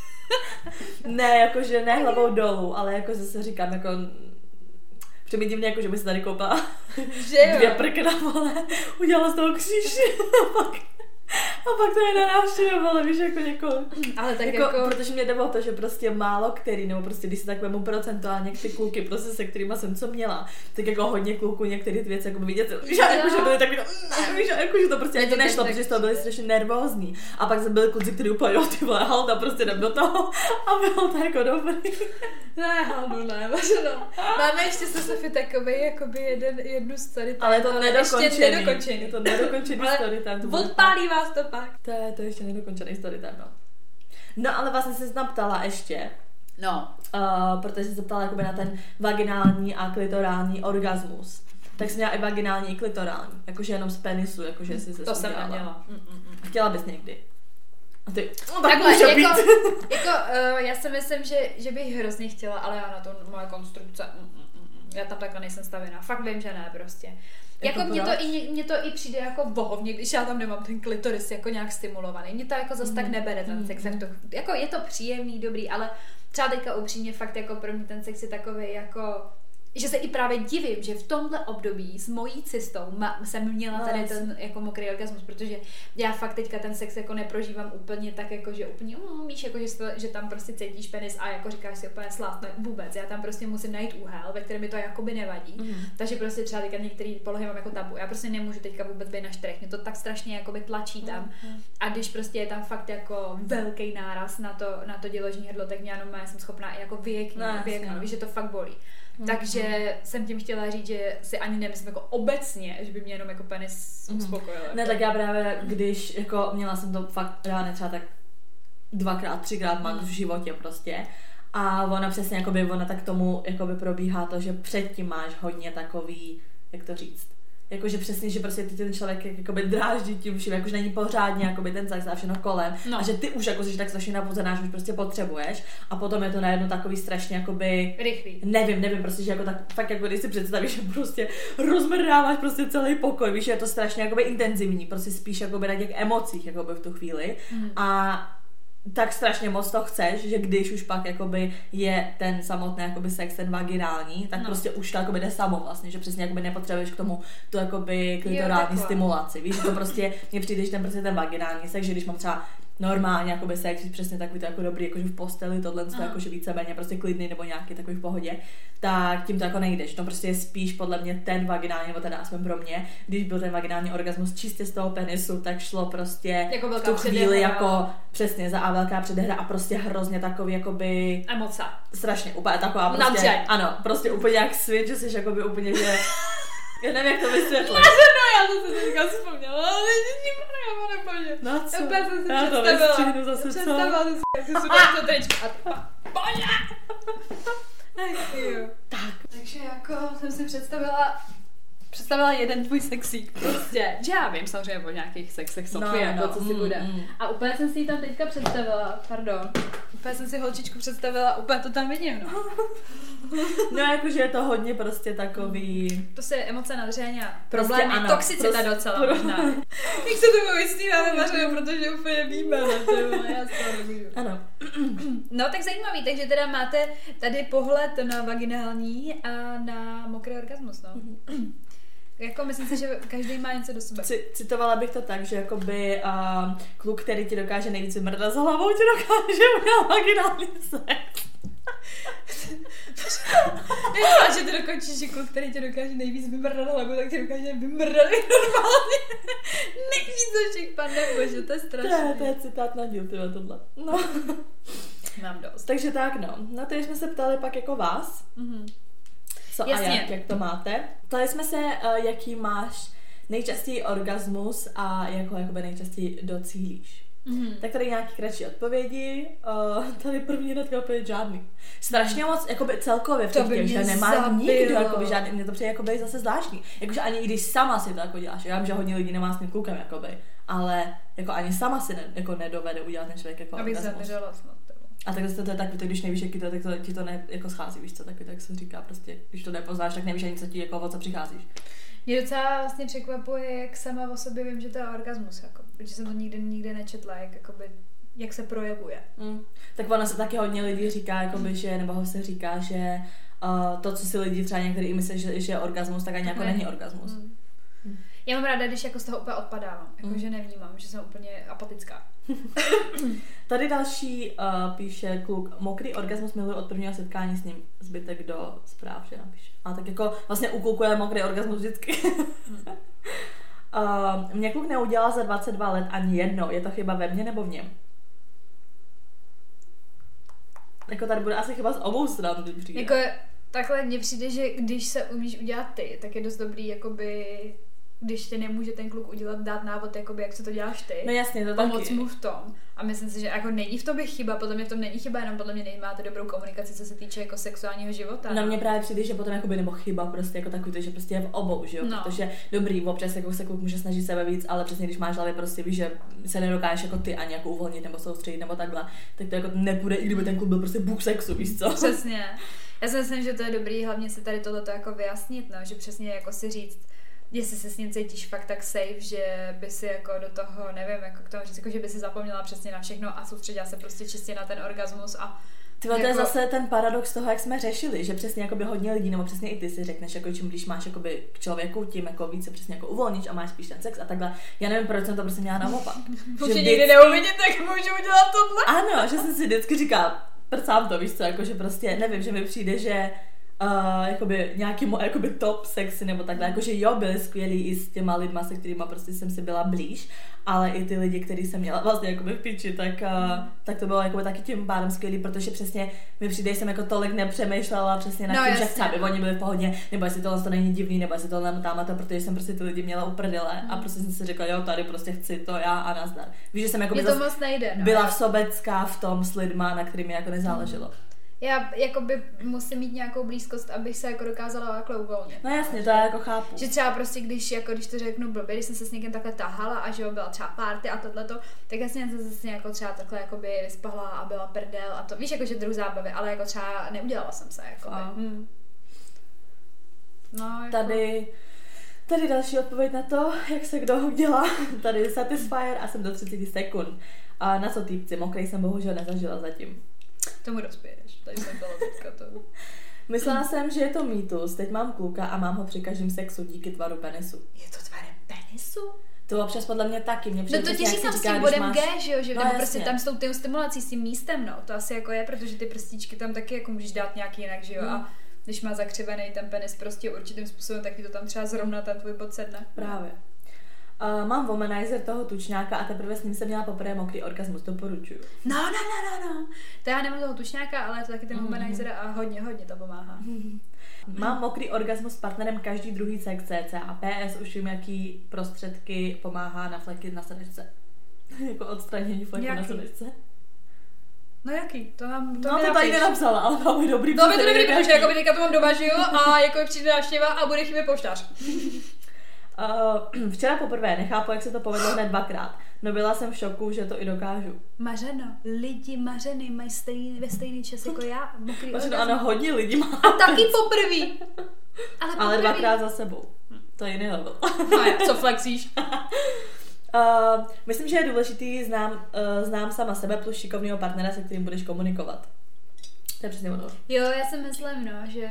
Ne, jakože ne hlavou dolů, ale jako zase říkám, jako přijde divně, jako že by se tady koupala 2 prkna, vole, udělala z toho kříž a pak to je na návštěvě, vole, víš, jako někoho. Ale tak jako... Protože mě jde o to, že prostě málo který, nebo prostě když si tak vemu procentuálně ty kluky, prostě se kterýma jsem co měla, tak jako hodně kluků některé ty věci jako by vidět, víš, jako že byly takový, víš, jako že to prostě ani nešlo, protože z toho byli strašně nervózní. A pak byli kluci, kteří úplně, jo, ty vole, halda, prostě jdem do toho a bylo to jako dobrý. Ne, haldu, ne, no. Máme ještě se Sofie takovej, jakoby jednu story time, ale to nedokončený. Je to nedokončený story time. Odpálí vás to pak. To je ještě nedokončený story time, no. No, ale vlastně se tam ptala ještě. No. Protože jsem se ptala jakoby na ten vaginální a klitorální orgasmus. Tak jsem měla i vaginální, i klitorální. Jakože jenom z penisu, jakože si se to jsem neměla. Chtěla bys někdy? A ty, takhle, já si myslím, že bych hrozně chtěla, ale já na to moje konstrukce, já tam takhle nejsem stavěná. Fakt vím, že ne prostě. Jako mně to i přijde jako bohovně, když já tam nemám ten klitoris jako nějak stimulovaný. Mně to jako zase tak nebere ten sex. Jako je to příjemný, dobrý, ale třeba teďka upřímně fakt jako pro mě ten sex je takový jako že se i právě divím, že v tomhle období s mojí cestou jsem měla tady ten jako mokrý orgasmus, protože já fakt teďka ten sex jako neprožívám úplně tak jako, že úplně, víš, jako, že tam prostě cítíš penis a jako říkáš si úplně slásno, vůbec, já tam prostě musím najít úhel, ve kterém mi to jakoby nevadí, takže prostě třeba teďka některé polohy mám jako tabu, já prostě nemůžu teďka vůbec být na čtyřech, mě to tak strašně jakoby tlačí tam a když prostě je tam fakt jako velký náraz na to děložní hrdlo, tak mě já jsem schopná i jako vyjeknout, víš, že to fakt bolí. Takže jsem tím chtěla říct, že si ani nemyslím jako obecně, že by mě jenom jako penis uspokojil. Ne, tak já právě, když jako měla jsem to fakt reálně třeba tak 2x, 3x max v životě prostě. A ona přesně jakoby, ona tak tomu jakoby probíhá to, že předtím máš hodně takový, jak to říct, jakože přesně, že prostě ty ten člověk jakoby dráždí tím vším, jakože není pořádně jakoby ten sex a všechno kolem a že ty už jako jsi tak strašně napozená, že už prostě potřebuješ a potom je to najednou takový strašně jakoby rychlý. Nevím, prostě, že jako tak fakt jako když si představíš, že prostě rozmrdáváš prostě celý pokoj, víš, je to strašně jakoby intenzivní, prostě spíš jakoby na těch emocích jakoby v tu chvíli a tak strašně moc to chceš, že když už pak jakoby je ten samotný jakoby sex, ten vaginální, tak prostě už to jakoby jde samo vlastně, že přesně jakoby nepotřebuješ k tomu tu jakoby klitorální stimulaci, víš, že to prostě mně přijde, že ten vaginální sex, že když mám třeba normálně jakoby sex, přesně takový to jako dobrý, jakože v posteli, tohle jakože víceméně prostě klidný nebo nějaký takový v pohodě, tak tím to jako nejdeš. To prostě je spíš podle mě ten vaginální, nebo teda aspoň pro mě, když byl ten vaginální orgasmus čistě z toho penisu, tak šlo prostě jako v tu chvíli jako přesně za velká předehra a prostě hrozně takový jakoby emoce. Strašně, úplně taková prostě, ano, prostě úplně jak svět, že jsi jakoby úplně, že já nevím, jak to vysvětlit. Já to si teďka vzpomněla, ale nepomně. No co? Úplně jsem si já to vystřihnu zase představila, jak si sudáš to tričko a bože! Tak. Takže jako jsem si představila jeden tvůj sexík prostě. Že já vím samozřejmě o nějakých sexech Sofie, jako co si bude. A úplně jsem si ji tam teďka představila, úplně jsem si holčičku představila, úplně to tam vidím, no. No jakože je to hodně prostě takový... Prostě emoce nadřeň a problémy, prostě, ano, toxicita docela možná. Jak se tomu vystíváme, Mařeno, protože úplně víme, já z toho nemůžu. Ano. No tak zajímavý, takže teda máte tady pohled na vaginální a na mokrý orgasmus, no. Jako myslím si, že každý má něco do sebe. Citovala bych to tak, že jakoby kluk, který ti dokáže nejvíc vymrdat za hlavou, ti dokáže udělat vaginální sex. Já že ty dokončíš, že kluk, který tě dokáže nejvíc vymrdat hlavu, tak tě dokáže vymrdat normálně. Nejvíc ze všech, pane bože, to je strašné. To je citát na díl, tohle. No. Mám dost. Takže tak, no. Na to jsme se ptali pak jako vás. Co jasně. A jak to máte. Ptali jsme se, jaký máš nejčastěji orgasmus a jakoby nejčastěji docílíš. Tak tady nějaký kratší odpovědi. Tady první hnedka opět žádný. Strašně moc, jakoby celkově v těch, že nemá nikdo jakoby žádný. Mně to přijde jakoby zase zvláštní. Jakože ani i když sama si to jako děláš. Já vím, že hodně lidí nemá s tím klukem jakoby. Ale jako ani sama si jako nedovede udělat ten člověk jako abych orgasmus. zaměřila snad. A tak to je takový, když nevíš, jaký to, tak to ti to ne, jako schází, víš co, taky tak se říká prostě, když to nepoznáš, tak nevíš ani, co ti, jako o co přicházíš. Mě docela vlastně překvapuje, jak sama o sobě vím, že to je orgasmus, jako, protože jsem to nikdy nečetla, jak se projevuje. Tak ono se taky hodně lidí říká, jakoby, že, nebo se říká, že to, co si lidi třeba některý i myslí, že je orgasmus, tak ani jako není orgasmus. Já mám ráda, když jako z toho úplně odpadávám, že nevnímám, že jsem úplně apatická. Tady další píše kluk, mokrý orgasmus miluji od prvního setkání s ním, zbytek do zpráv, že napíše. A tak jako vlastně u kluku je mokrý orgasmus vždycky. Mě kluk neudělal za 22 let ani jedno, je to chyba ve mně nebo v něm? Jako tady bude asi chyba z obou stran, když přijde. Jako takhle mně přijde, že když se umíš udělat ty, tak je dost dobrý, jakoby, když ti nemůže ten kluk udělat, dát návod, jakoby, jak se to děláš ty. No jasně, to pomoct taky. mu v tom. A myslím si, že jako není v tobě chyba, podle mě v tom není chyba, jenom podle mě nemáte dobrou komunikaci, co se týče jako sexuálního života. No mně právě přijde, že potom jakoby nebo chyba prostě jako takový to, že prostě je v obou, že jo, protože dobrý, občas jako se kluk může snažit sebe víc, ale přesně když máš hlavě prostě víš, že se nedokážeš jako ty ani jako uvolnit nebo soustředit nebo takhle, tak to jako nepůjde, i kdyby ten kluk byl prostě bůh sexu, víš co? Přesně. Já si myslím, že to je dobrý, hlavně si tady tohleto jako vyjasnit, no, že přesně jako si říct, jestli se s ním cítíš fakt tak safe, že by si jako do toho, nevím, jako k tomu říct, jako že by si zapomněla přesně na všechno a soustředila se prostě čistě na ten orgasmus a To je zase ten paradox toho, jak jsme řešili, že přesně jakoby hodně lidí, nebo přesně i ty si řekneš, jako čím blíž máš jakoby k člověku, tím jako více přesně jako uvolníš a máš spíš ten sex a takhle. Já nevím, proč jsem to prostě měla naopak. Že nikdy neuvidíte, tak můžu udělat tohle. Ano, že jsem si vždycky říkala, prcám to, víš co, jako že prostě nevím, že mi přijde, že jakoby nějaký jakoby top sexy nebo takhle, jakože jo, byli skvělí i s těma lidma, se kterýma prostě jsem si byla blíž, ale i ty lidi, který jsem měla vlastně jakoby v piči, tak to bylo jakoby taky tím pádem skvělý, protože přesně mi přijde, že jsem jako tolik nepřemýšlela přesně nad tím, že chci, aby oni byli v pohodě, nebo jestli tohle to není divný, nebo jestli tohle tamhle to, protože jsem prostě ty lidi měla uprdele a prostě jsem si řekla, jo, tady prostě chci to já a nazdar. Víš, že jsem jakoby to moc nejde, no. Byla sobecká v tom s lidma, na kterými jako nezáleželo. Já jakoby musím mít nějakou blízkost, abych se jako dokázala takhle uvolnit. No jasně, to já jako chápu. Že třeba prostě, když to řeknu blbě, když jsem se s někým takhle tahala a že jo, byla třeba party a tohleto, tak jasně jsem se s jako třeba takhle jakoby vyspala a byla prdel a to, víš, jako že druh zábavy, ale jako třeba neudělala jsem se, jakoby. No, jako... Tady další odpověď na to, jak se kdo udělá. Tady Satisfyer a jsem do 30 sekund. A na co týpci, mokrý jsem bohužel nezažila zatím. Tomu dospěješ, tady jsem byla teďka to. Myslela jsem, že je to mýtus, teď mám kluka a mám ho při každém sexu díky tvaru penisu. Je to tvarem penisu? To občas podle mě taky. Mě no to těží tam s tím bodem G, že jo, že nebo prostě tam s tou stimulací, s tím místem, no, to asi jako je, protože ty prstíčky tam taky jako můžeš dát nějaký jinak, že jo, a když má zakřivený ten penis prostě určitým způsobem, tak ti to tam třeba zrovna ten tvůj bod sedne. Právě. Mám womanizer toho tučňáka a teprve s ním jsem měla poprvé mokrý orgasmus, doporučuju. No. To já nemám toho tučňáka, ale je to taky ten womanizer a hodně to pomáhá. Mám mokrý orgasmus s partnerem každý druhý sex cca a PS už vím, jaký prostředky pomáhá na fleky na srdečce. Jako odstranění fleku na srdečce. No jaký? To tady nenapsala, ale mám dobrý. To je to dobrý, protože jako by teďka to mám doma, že jo, a jako přijde návštěva a bude chybět poštář. Včera poprvé, nechápu, jak se to povedlo hned 2krát. No byla jsem v šoku, že to i dokážu. Mařeno, lidi mařeny mají ve stejný čas jako já. Mařeno, ano, hodně lidí má. A taky poprvé. Ale 2krát za sebou. To je jiný level. No, co flexíš? Myslím, že je důležitý znám sama sebe plus šikovného partnera, se kterým budeš komunikovat. To je přesně ono. Jo, já si myslím, no,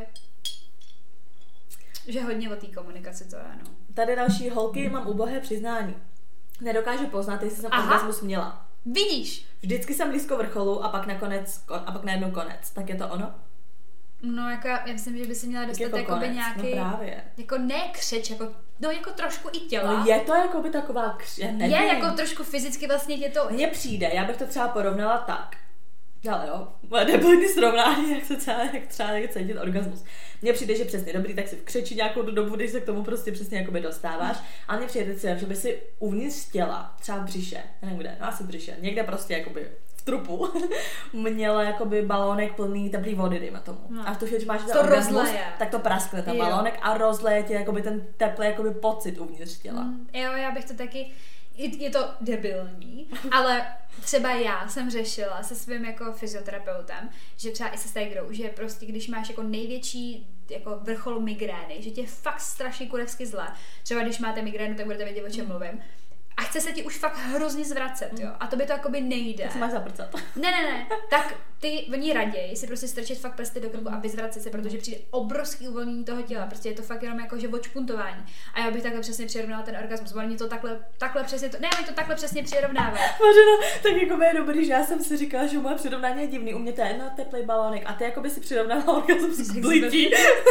že hodně o té komunikaci to je, no. Tady další holky, mám ubohé přiznání. Nedokážu poznat, jestli jsem orgasmus měla. Vidíš? Vždycky jsem blízko vrcholu a pak najednou konec. Tak je to ono? No, jako já myslím, že by si měla dostat jako by nějaký... No právě. Jako ne křeč, jako trošku i těla. No je to jako by taková je jako trošku fyzicky vlastně tě to... Mně přijde, já bych to třeba porovnala tak. Ale jo, nebyly srovnání, jak třeba cítit orgasmus. Mně přijde, že přesně dobrý, tak si vkřečí nějakou dobu, když se k tomu prostě přesně jakoby dostáváš. A mně přijde třeba, že by si uvnitř těla, třeba v břiše, nevím kde, no asi v břiše, někde prostě jakoby v trupu, měla jakoby balónek plný teplý vody, dejme tomu. No. A v tu chvíli, že máš ten orgasmus, tak to praskne ten balónek a rozleje ti jakoby ten teplý jakoby pocit uvnitř těla. Jo, já bych to taky... Je to debilní, ale třeba já jsem řešila se svým jako fyzioterapeutem, že třeba i se Stegrou, že prostě když máš jako největší jako vrchol migrény, že tě je fakt strašně kurevsky zle. Třeba když máte migrénu, tak budete vědět, o čem mluvím. A chce se ti už fakt hrozně zvracet, jo. A to by to jakoby nejde. Tak se máš zaprcat. Ne. Tak oni raději si prostě strčit fakt prsty do krku a vyzvracet se, protože přijde obrovský uvolnění toho těla. Prostě je to fakt jenom jako že odšpuntování. A já bych takhle přesně přirovnala ten orgasmus. Oni to takhle přesně to. Ne, oni to takhle přesně přirovnávají. Možná, tak jako je dobrý, že já jsem si říkala, že moje přirovnání je divný. U mě to je teplý balónek a ty jako by si přirovnala orgasmus k blití.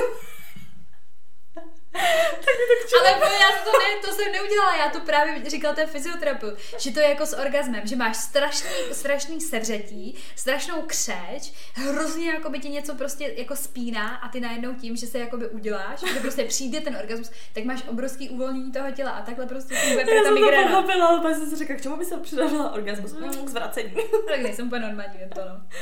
Ale já to jsem neudělala, já to právě říkal ten fyzioterapeut, že to je jako s orgasmem, že máš strašný sevřetí, strašnou křeč, hrozně jako by ti něco prostě jako spíná a ty najednou tím, že se jakoby uděláš, že prostě přijde ten orgasmus, tak máš obrovský uvolnění toho těla a takhle prostě funguje pro ta migréna. Já jsem to pochopila, ale pak jsem si řekla, k čemu by se přidávala orgasmus? K zvracení. Tak nejsem úplně normální, jen to no.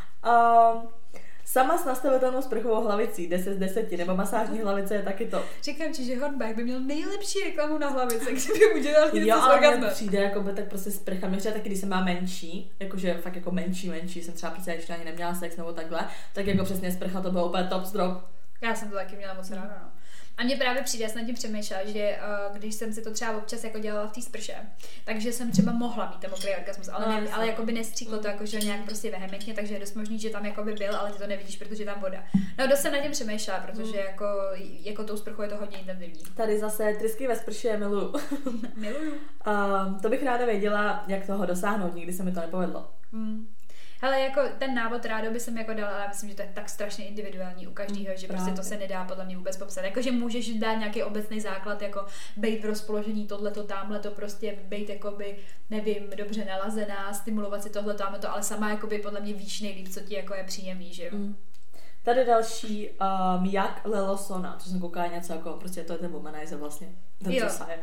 Sama s nastavitelnou sprchovou hlavicí 10 z 10, nebo masážní hlavice je taky to. Říkám ti, že Hornbach by měl nejlepší reklamu na hlavice, kdyby udělal něco s orgasmem. Jo, ale přijde jakoby, tak prostě sprcha. Mě taky, když jsem má menší, jakože fakt jako menší, jsem třeba prostě ještě ani neměla sex nebo takhle, tak jako přesně sprcha to bylo úplně top strop. Já jsem to taky měla moc ráda, no. A mně právě přijde, já jsem nad tím přemýšlela, že když jsem si to třeba občas jako dělala v té sprše, takže jsem třeba mohla mít ten mokrý orgasmus, ale jakoby nestříklo to jakože nějak prostě vehementně, takže je dost možný, že tam jakoby byl, ale ty to nevidíš, protože je tam voda. No dost jsem nad tím přemýšlela, protože jako tou sprchou je to hodně intenzivní. Tady zase trysky ve sprše miluju. Miluju. To bych ráda věděla, jak toho dosáhnout, nikdy se mi to nepovedlo. Hele, jako ten návod rádo by jsem jako dala, ale myslím, že to je tak strašně individuální u každého, že prostě to se nedá podle mě vůbec popsat. Jakože můžeš dát nějaký obecný základ, jako bejt v rozpoložení, tohleto, tamhleto, prostě bejt jakoby, nevím, dobře nalazená, stimulovat si tohleto, tamhleto, ale sama jakoby podle mě víš nejlíp, co ti jako je příjemný, že jo. Tady další, jak Lelosona, což jsem koukala něco jako, prostě to je ten womanizer vlastně, ten co saje.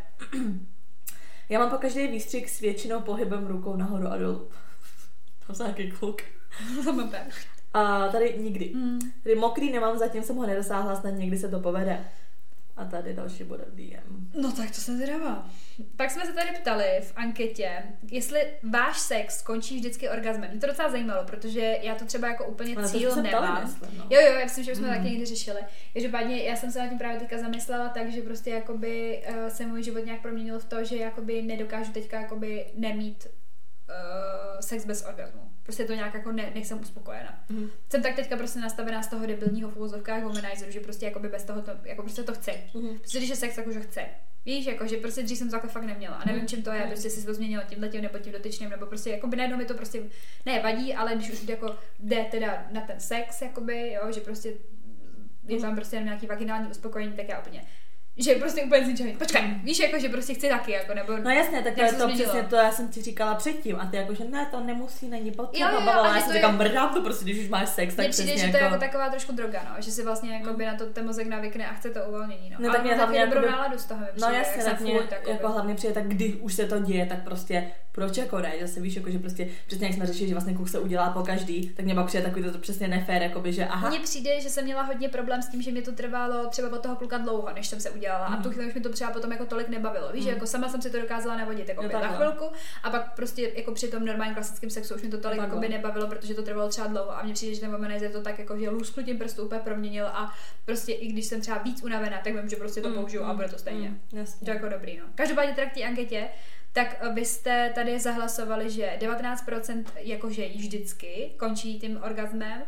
Já mám po každý výstřik s většinou pohybem rukou nahoru a dolů. To jsem nějaký kluk. A tady nikdy. Tady mokrý nemám, zatím jsem ho nedosáhla, snad někdy se to povede. A tady další bude DM. No tak to jsem zvědavá. Pak jsme se tady ptali v anketě, jestli váš sex skončí vždycky orgasmem. Mě to docela zajímalo, protože já to třeba jako úplně cíl nemám. Jo, já myslím, že jsme to taky někdy řešili. Každopádně já jsem se na tím právě teďka zamyslela tak, že prostě jakoby se můj život nějak proměnil v to, že jakoby nedokážu teďka jakoby nemít sex bez orgasmu. Prostě to nějak jako nejsem uspokojená. Jsem tak teďka prostě nastavená z toho debilního v uvozovkách womanizeru, že prostě jakoby bez toho to, jako prostě to chci. Prostě když je sex, tak už ho chci. Víš, jako, že prostě dřív jsem to takhle fakt neměla a nevím, čím to je, prostě si to změnilo tímhletím nebo tím dotyčným, nebo prostě jakoby najednou mi to prostě nevadí, ale když už jako jde teda na ten sex, jakoby, jo, že prostě je tam prostě nějaký vaginální uspokojení, tak já úplně že prostě úplně z ničeho. Počkej, víš, jako, že prostě chci taky, jako, nebo... No jasně, tak to je to přesně to, já jsem ti říkala předtím a ty jako, že ne, to nemusí, není potřeba, já si říkám, mrdám to prostě, když už máš sex, tak přesně přijde, že to je jako taková trošku droga, no, že si vlastně jakoby na to ten mozek navykne a chce to uvolnění, no. No tak mě hlavně dobrou náladu z toho mi přijde, no jasně, tak mě jako hlavně přijde, tak když už se to děje, tak prostě proč jako ne, zase víš, jako, že prostě přesně jak jsme řešili, že vlastně kluk se udělá po každý, tak mě pak přijde takový to přesně nefér, jakoby, že aha. Mně přijde, že jsem měla hodně problém s tím, že mě to trvalo třeba od toho kluka dlouho, než jsem se udělala a tu chvíli už mi to třeba potom jako tolik nebavilo. Víš, jako sama jsem si to dokázala navodit jako na chvilku a pak prostě jako při tom normálním klasickém sexu už mi to tolik jako by nebavilo, protože to trvalo třeba dlouho a mně přijde, že ten womanizer to tak jako že lusknutím prstů úplně proměnil a prostě i když jsem třeba víc unavená, tak vím, že prostě to použiju a bude to stejně. To je jako dobrý, no. Každopádně teda k té anketě, tak vy jste tady zahlasovali, že 19% jakože vždycky končí tím orgasmem,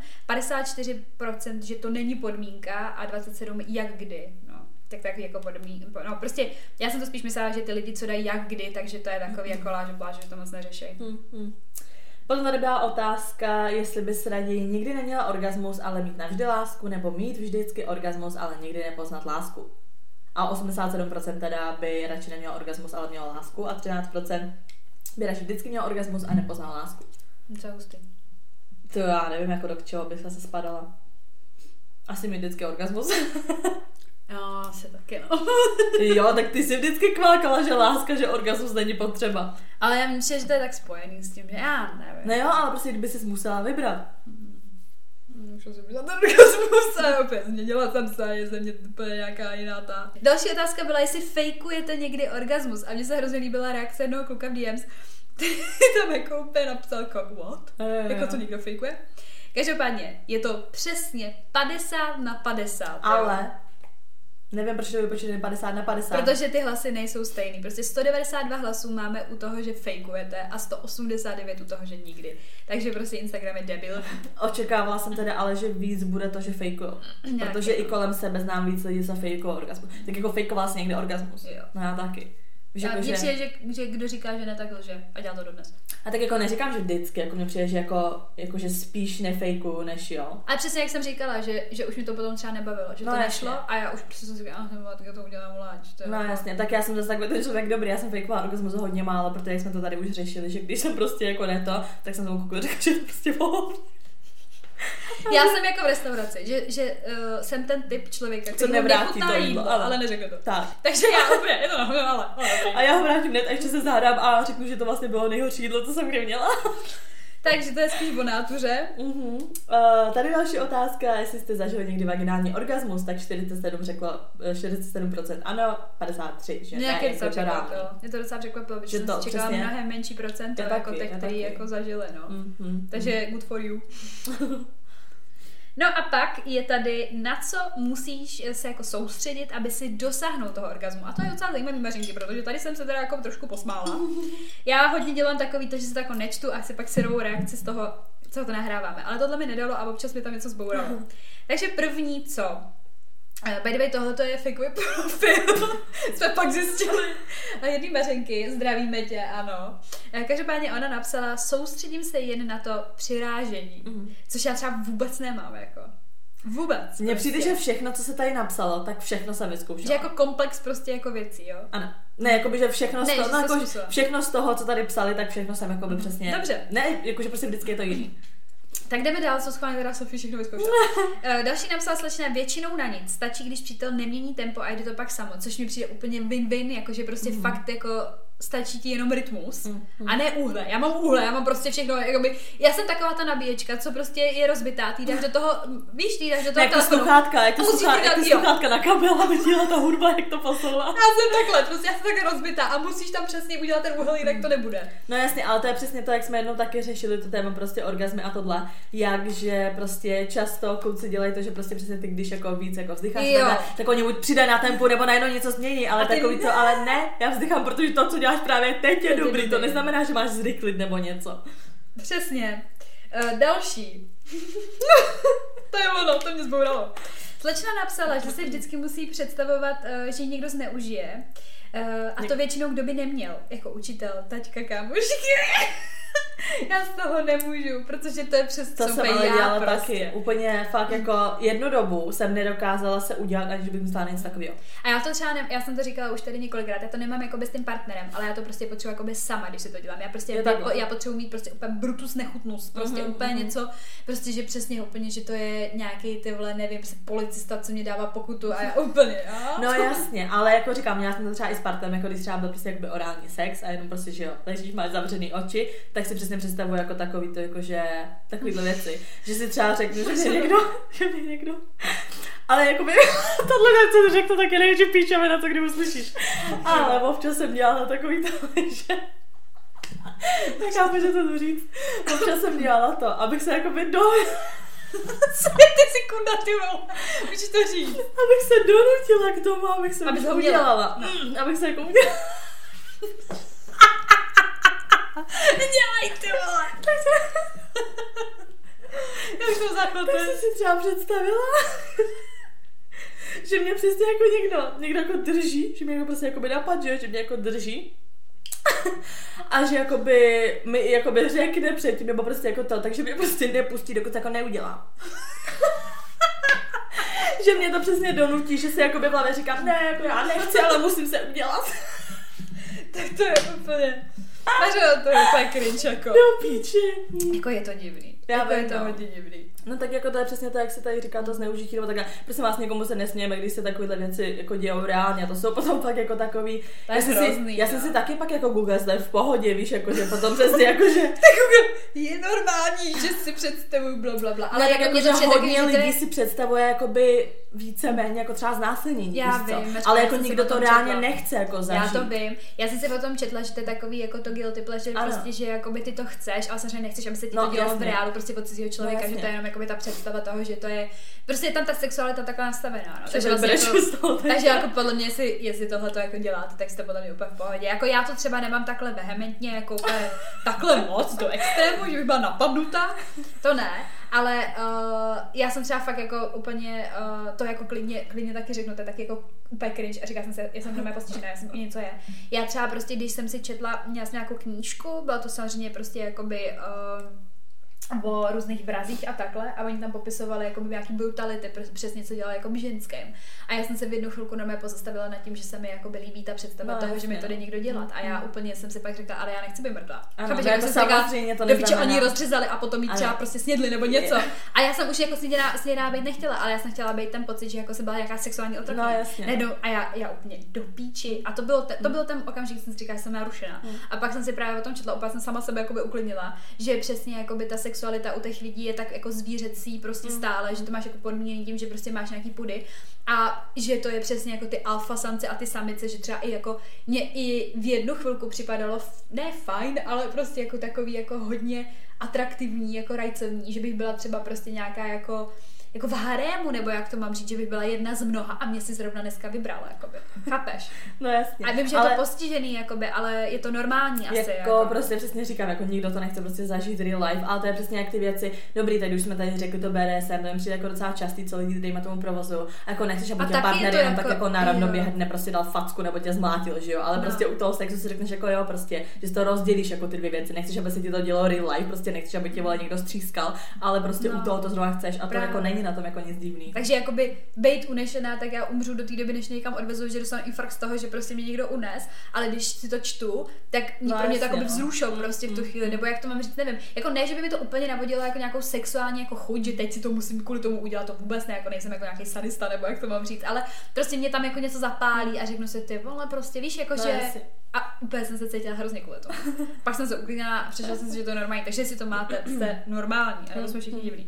54% že to není podmínka a 27% jak kdy, no. Tak jako no prostě, já jsem to spíš myslela, že ty lidi, co dají jak kdy, takže to je takový jako láž, že to moc neřeší. Potom tady byla otázka, jestli bys raději nikdy neměla orgasmus, ale mít navždy lásku, nebo mít vždycky orgasmus, ale nikdy nepoznat lásku. A 87% teda by radši neměla orgasmus, ale měla lásku a 13% by radši vždycky měla orgasmus a nepoznal lásku. Co je hustý? To já nevím, jako do čeho bych se spadala. Asi mít vždycky orgasmus. Jo, asi taky, no. Jo, tak ty jsi vždycky kvákala, že láska, že orgasmus není potřeba. Ale já myslím, že to je tak spojený s tím, že já nevím. No jo, ale prostě kdyby jsi musela vybrat. Můžu si vybrat ten orgasmus a opět změnila jsem se, je ze mě úplně nějaká jiná ta. Další otázka byla, jestli fejkujete někdy orgasmus a mně se hrozně líbila reakce jednoho kluka v DMs, který tam jako úplně napsal jako what? Jako to někdo fejkuje? Každopádně, je to přesně 50/50. Ale... Jo? Nevím, proč to vypočítali 50/50. Protože ty hlasy nejsou stejný. Prostě 192 hlasů máme u toho, že fejkujete a 189 u toho, že nikdy. Takže prostě Instagram je debil. Očekávala jsem teda ale, že víc bude to, že fejkujou. Protože i kolem sebe znám víc lidí, co fejkují orgasmus. Tak jako fejkovala jsi někdy orgasmus. Jo. No já taky. Víš, jako, mně přijde, že kdo říká, že ne, tak lže. A dělá to dodnes. A tak jako neříkám, že vždycky, jako mně přijde, že jako že spíš nefejkuju, než jo. A přesně jak jsem říkala, že už mi to potom třeba nebavilo, že to nešlo a já už prostě jsem si říkala, tak já to udělám vláč. No jasně, tak já jsem zase takhle ten člověk dobrý, já jsem fejkovala orgasmus hodně málo, protože jsme to tady už řešili, že když jsem prostě jako ne to, tak jsem tomu koukala, řekla, že to prostě mohlo. Já jsem jako v restauraci, že jsem ten typ člověka, který nechutná jídlo, ale neřekl to. Tak. Takže já úplně, je to ale. A já ho vrátím hned a ještě se zahádám a řeknu, že to vlastně bylo nejhorší jídlo, co jsem kdy měla. Takže to je spíš o nátuře. Tady další otázka, jestli jste zažili někdy vaginální orgasmus, tak 47% ano, 53%, že ne, je to překvapilo. Mě to docela překvapilo, protože jsem čekala mnohem menší procento, jako těch, kteří jako zažili, no. Takže good for you. No a pak je tady, na co musíš se jako soustředit, aby si dosáhnul toho orgazmu. A to je docela zajímavý, Mařinky, protože tady jsem se teda jako trošku posmála. Já hodně dělám takový to, že se to jako nečtu a si pak syrovou reakci z toho, co to nahráváme. Ale tohle mi nedalo a občas mi tam něco zbouralo. Takže první co? By the way, tohleto je fakeový profil. Jsme pak zjistili. Jedný Mařenky, zdravíme tě, ano. Každopádně ona napsala, soustředím se jen na to přirážení. Což já třeba vůbec nemám, jako. Vůbec. Mně přijde, že všechno, co se tady napsalo, tak všechno jsem vyzkoušela. Že jako komplex prostě jako věcí, jo? Ano. Ne, jakoby, že všechno, ne, z toho, že jako, všechno z toho, co tady psali, tak všechno jsem jakoby přesně... Dobře. Ne, jakože prostě vždycky je to jiný. Tak jdeme dál, co schválně teda Sofie všechno vyzkoušela. Další napsala slečna, většinou na nic. Stačí, když přítel nemění tempo a jde to pak samo, což mi přijde úplně win-win, jakože prostě fakt jako stačí ti jenom rytmus a ne úhle. Já mám úhle, já mám prostě všechno, jakoby, já jsem taková ta nabíječka, co prostě je rozbitá, ty dáš do toho, víš, ty dáš do toho telefonu. Jak to sluchátka na kabel, aby dělala ta hudba, jak to posouvá. Já jsem takhle, prostě já jsem takhle rozbitá a musíš tam přesně udělat ten úhel, jinak to nebude. No jasně, ale to je přesně to, jak jsme jednou taky řešili to téma prostě orgazmy a tohle, jakže prostě často kluci dělají to, že prostě přesně ty, když jako víc jako vzdycháš, tak oni buď přidají na tempu nebo najednou něco změní, ale takový to, ale ne, já vzdychám, protože to, co děláš právě teď je dobrý, to neznamená, že máš zrychlit nebo něco. Přesně. Další. To je ono, to mě zbouralo. Slečna napsala, že si vždycky musí představovat, že ji někdo zneužije. A to většinou kdo by neměl. Jako učitel, taťka, kámošky. Já z toho nemůžu, protože to je přes to co jsem ale dělala prostě. Taky. Úplně fakt jako jednu dobu jsem nedokázala se udělat, aniž bych musela něco takového. A já to třeba já jsem to říkala už tady několikrát, já to nemám jako s tím partnerem, ale já to prostě potřebuji jako sama, když si to dělám. Já prostě já potřebuji mít prostě úplně brutus nechutnost, prostě úplně něco, prostě že přesně úplně, že to je nějaký ty vole, nevím, prostě policista, co mě dává pokutu a já úplně. No jasně, ale jako říkám, měla jsem to třeba i s partnerem, jako když třeba byl prostě jakoby orální sex a jenom prostě, že jo, ležíš, máš zavřený oči, tak si přesně představuji jako takový to, jakože takovýhle věci, že si třeba řeknu, že mě někdo, ale jakoby tohle nechci řekl, to taky největší píčeme na to, kdy uslyšíš, ale občas jsem dělala takový to, že nechápu, že to říct, občas jsem dělala to, abych se jakoby Co je ty sekunda, ty vole? Můžeš to říct? Abych se donutila k tomu, abych se už udělala. Abych se jako udělala. Nedělaj, ty vole. Já už mám záchod. Tak jsi si třeba představila, že mě přesně jako někdo jako drží, že mě jako prostě jakoby napadne, že mě jako drží. A že jakoby mi jakoby řekne předtím, nebo prostě jako to, takže mě prostě nepustí, dokud jako neudělá. Že mě to přesně donutí, že si jakoby v hlavě říkám, ne, jako já nechci, ale musím se udělat. Tak to je úplně... to je úplně cringe, jako. Do píči. Jako je to divný. Já je to hodně divný. No tak jako to je přesně to, jak se tady říká, to zneužití, nebo takhle. Prosím vás, někomu se nesmějeme, když se takovéhle věci jako dějou reálně, a to jsou potom tak jako takový. Já jsem si taky pak jako Google zde v pohodě, víš, jako že potom přesně jako že tak Google je normální, že si představuju blablabla. Ale tak jako že hodně lidí si představuje jakoby víceméně jako třeba znásilnění. Já vím, ale jako nikdo to reálně nechce jako zažít. Já to vím. Já jsem si potom četla, že to je takový jako to guilty pleasure, prostě, že jakoby ty to chceš, ale samozřejmě nechceš, aby se ti to dělo v reálu, prostě od cizího člověka, že to je jenom jakoby ta představa toho, že to je prostě je tam ta sexualita takhle nastavená, no. Takže vlastně jako podle mě jestli tohle to jako děláte, tak jste podle mě úplně v pohodě. Jako já to třeba nemám takhle vehementně, jako úplně takhle moc do extrému, že bych byla napadnutá. To ne. Ale já jsem třeba fakt jako úplně to jako klidně taky řeknu, to je taky jako úplně cringe a říkala jsem se, já jsem doma postižená, já jsem i něco je. Já třeba prostě, když jsem si četla, měla jsem nějakou knížku, byla to samozřejmě prostě jakoby o různých vrazích a takhle a oni tam popisovali jakoby nějaký brutality, přesně co dělali jakoby ženským. A já jsem se v jednu chvilku na mě pozastavila nad tím, že se mi jakoby líbí ta představa toho, že mi to jde někdo dělat. A já úplně jsem si pak řekla, ale já nechci být mrtvá. Ano, jako samozřejmě to neznamená. Oni rozřezali a potom jí třeba prostě snědli nebo něco. A já jsem už jako snědá být nechtěla, ale já jsem chtěla být ten pocit, že jako se byla nějaká sexuální otroctví. No, jasně. A já úplně do píči. A to byl ten okamžik, jsem si říkala, že jsem narušená. A pak jsem si právě o tom četla, opět jsem sama sebe jakoby uklidnila, že přesně jakoby ta sexualita u těch lidí je tak jako zvířecí prostě stále, že to máš jako podmíněný tím, že prostě máš nějaký pudy a že to je přesně jako ty alfa samce a ty samice, že třeba i jako mě i v jednu chvilku připadalo ne fajn, ale prostě jako takový jako hodně atraktivní, jako rajcovní, že bych byla třeba prostě nějaká jako jako v harému, nebo jak to mám říct, že bych byla jedna z mnoha a mě si zrovna dneska vybrala, jakoby. Chápeš? No jasně. A vím, že je to postižený, jakoby, ale je to normální asi. Jako prostě přesně říkám, jako nikdo to nechce prostě zažít real life, ale to je přesně jak ty věci. Dobrý, teď už jsme tady řekli to BDSM, to jim přijde jako docela častý, co lidi dejme tomu provozu. A jako nechceš, aby tě partner jenom tak jako naravno běhat, neprosté dal facku nebo tě zmlátil, že jo, ale prostě u toho sexu si řekneš jako jo, prostě, že to rozdělíš jako ty dvě věci. Nechceš, aby se ti to dělo real life, prostě nechceš, aby tě vole někdo střískal, ale prostě u toho to zrovna chceš a to jako není na tom jako nic divný. Takže jakoby bejt unešená, tak já umřu do té doby, než někam odvezu, že dostanu infarkt z toho, že prostě mě někdo unes, ale když si to čtu, tak pro mě to jako vzrušou prostě v tu chvíli, nebo jak to mám říct, nevím. Jako ne, že by mi to úplně navodilo jako nějakou sexuální jako chuť, že teď si to musím kvůli tomu udělat, to vůbec ne, jako nejsem jako nějaký sadista, nebo jak to mám říct, ale prostě mě tam jako něco zapálí a řeknu si ty vole, prostě víš, jako že a úplně jsem se cítila hrozně kvůli tomu. Pak jsem se uklidnila a přešla jsem si, že to je normální, takže si to máte, jste normální, a nebo jsme všichni divní.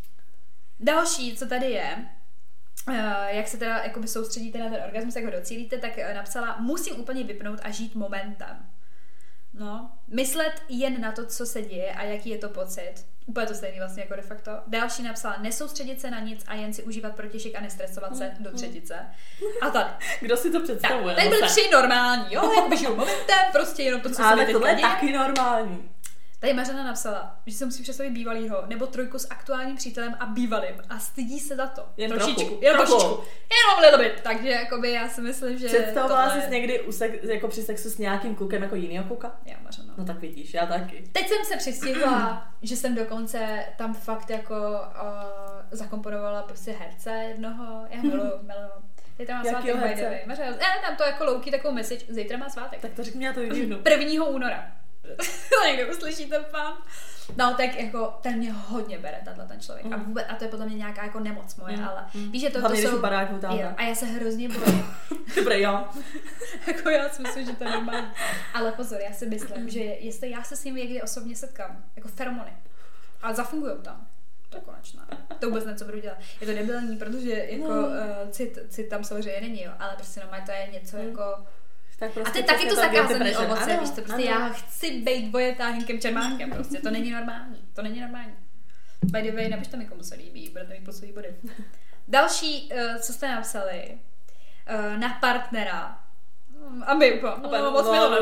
Další, co tady je, jak se teda jakoby soustředíte na ten orgasmus, jak ho docílíte, tak napsala, musím úplně vypnout a žít momentem. No, myslet jen na to, co se děje a jaký je to pocit. Úplně to stejný vlastně jako de facto. Další napsala, nesoustředit se na nic a jen si užívat protějšek a nestresovat se do třetice. A tady. Kdo si to představuje? Tady byly 3 normální, jo, jakoby žiju momentem, prostě jenom to, co se mi teďka tohle je taky normální. Tady Mařena napsala, že se musí představit bývalýho, nebo 3 s aktuálním přítelem a bývalým a stydí se za to. Jen trošičku. Jenom little bit. Takže jakoby já si myslím, že představovala jsi někdy jako při sexu s nějakým klukem jako jinýho kluka? Já, Mařena. No tak vidíš, já taky. Teď jsem se přistihla, že jsem dokonce tam fakt jako zakomponovala prostě herce jednoho. Já miluju. Zítra má svátek, by the way. Mařena, tam to jako louký takovou message, zítra má svátek. Tak to řekni, já to vidím. 1. února. To někdo uslyší ten pán. No tak jako ten mě hodně bere, ten člověk. A to je podle mě nějaká jako nemoc moje, ale víš, že to jsou... A já se hrozně bojím. Dobré, jo. Jako já si myslím, že to je normální. Ale pozor, já si myslím, že jestli já se s ním někdy osobně setkám, jako feromony, a zafungujou tam, to je konečná. To vůbec něco budu dělat. Je to debilní, protože jako cit tam samozřejmě není, jo, ale prostě normálně to je něco jako... Prostě a to je taky to zakázané ovoce, víš co, prostě já chci bejt dvojetá Hinkem Čermánkem, prostě, to není normální. By the way, napište mi, komu se líbí, budete mít plusový body. Další, co jste napsali, na partnera, a my úplně, moc milujeme.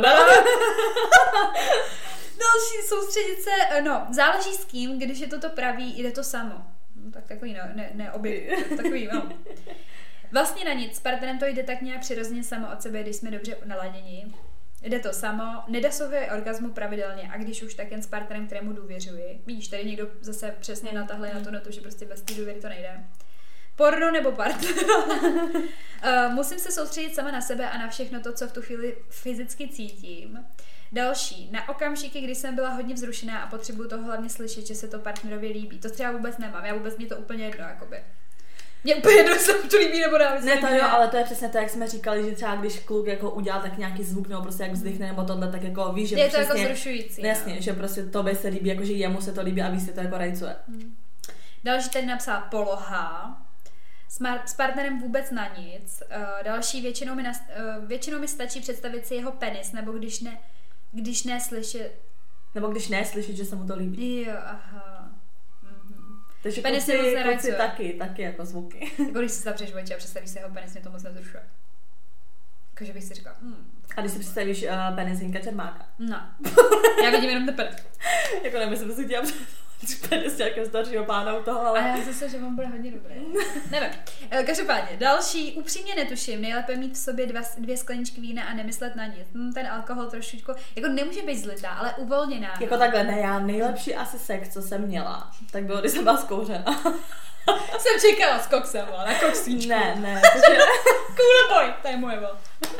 Další, soustředit se, záleží s kým, když je toto pravý, jde to samo. No, tak takový takový, no. Vlastně na nic, s partnerem to jde tak nějak přirozeně samo od sebe, když jsme dobře naladěni. Jde to samo, nedosahuje orgasmu pravidelně a když už, tak jen s partnerem, kterému důvěřuji. Vidíš, tady někdo zase přesně natahle na tu notu, že prostě bez té důvěry to nejde. Porno nebo partner. Musím se soustředit sama na sebe a na všechno to, co v tu chvíli fyzicky cítím. Další, na okamžiky, kdy jsem byla hodně vzrušená a potřebuju to hlavně slyšet, že se to partnerovi líbí. To třeba vůbec nemám, mě to úplně jedno, jakoby. Mě úplně jedno, se to líbí nebo dávě. Ne, to jo, ale to je přesně to, jak jsme říkali, že třeba když kluk jako udělá tak nějaký zvuk nebo prostě jak vzdychne nebo tohle, tak jako víš, že je to přesně, jako vzrušující. Jasně, že prostě tobě se líbí, jakože jemu se to líbí a víš, se to jako rajcuje. Další tady napsala poloha. S partnerem vůbec na nic. Další, většinou mi stačí představit si jeho penis, nebo když ne slyšet. Nebo když ne slyšet, že se mu to líbí. Jo, aha. Takže kluci taky jako zvuky. Jako když si zavřeš oči a představíš si jeho penis, mě to moc nezrušuje. Jakože bych si říkala. A když si představíš penis Hinka Čermáka? No. Já vidím jenom ten penis. Jako nemyslím, že si chtěla penis nějakého staršího pána u toho, ale... A já zase, že on bude hodně dobrý. Nevím. Každopádně, další, upřímně netuším, nejlépe mít v sobě 2 skleničky vína a nemyslet na nic. Ten alkohol trošičku, jako nemůže být zlitá, ale uvolněná. Jako takhle, ne, já nejlepší asi sex, co jsem měla, tak bylo, když jsem byla zkouřena. Jsem čekala s koksem, na koksíčku. Ne, protože... Cool boy, to je moje, vol.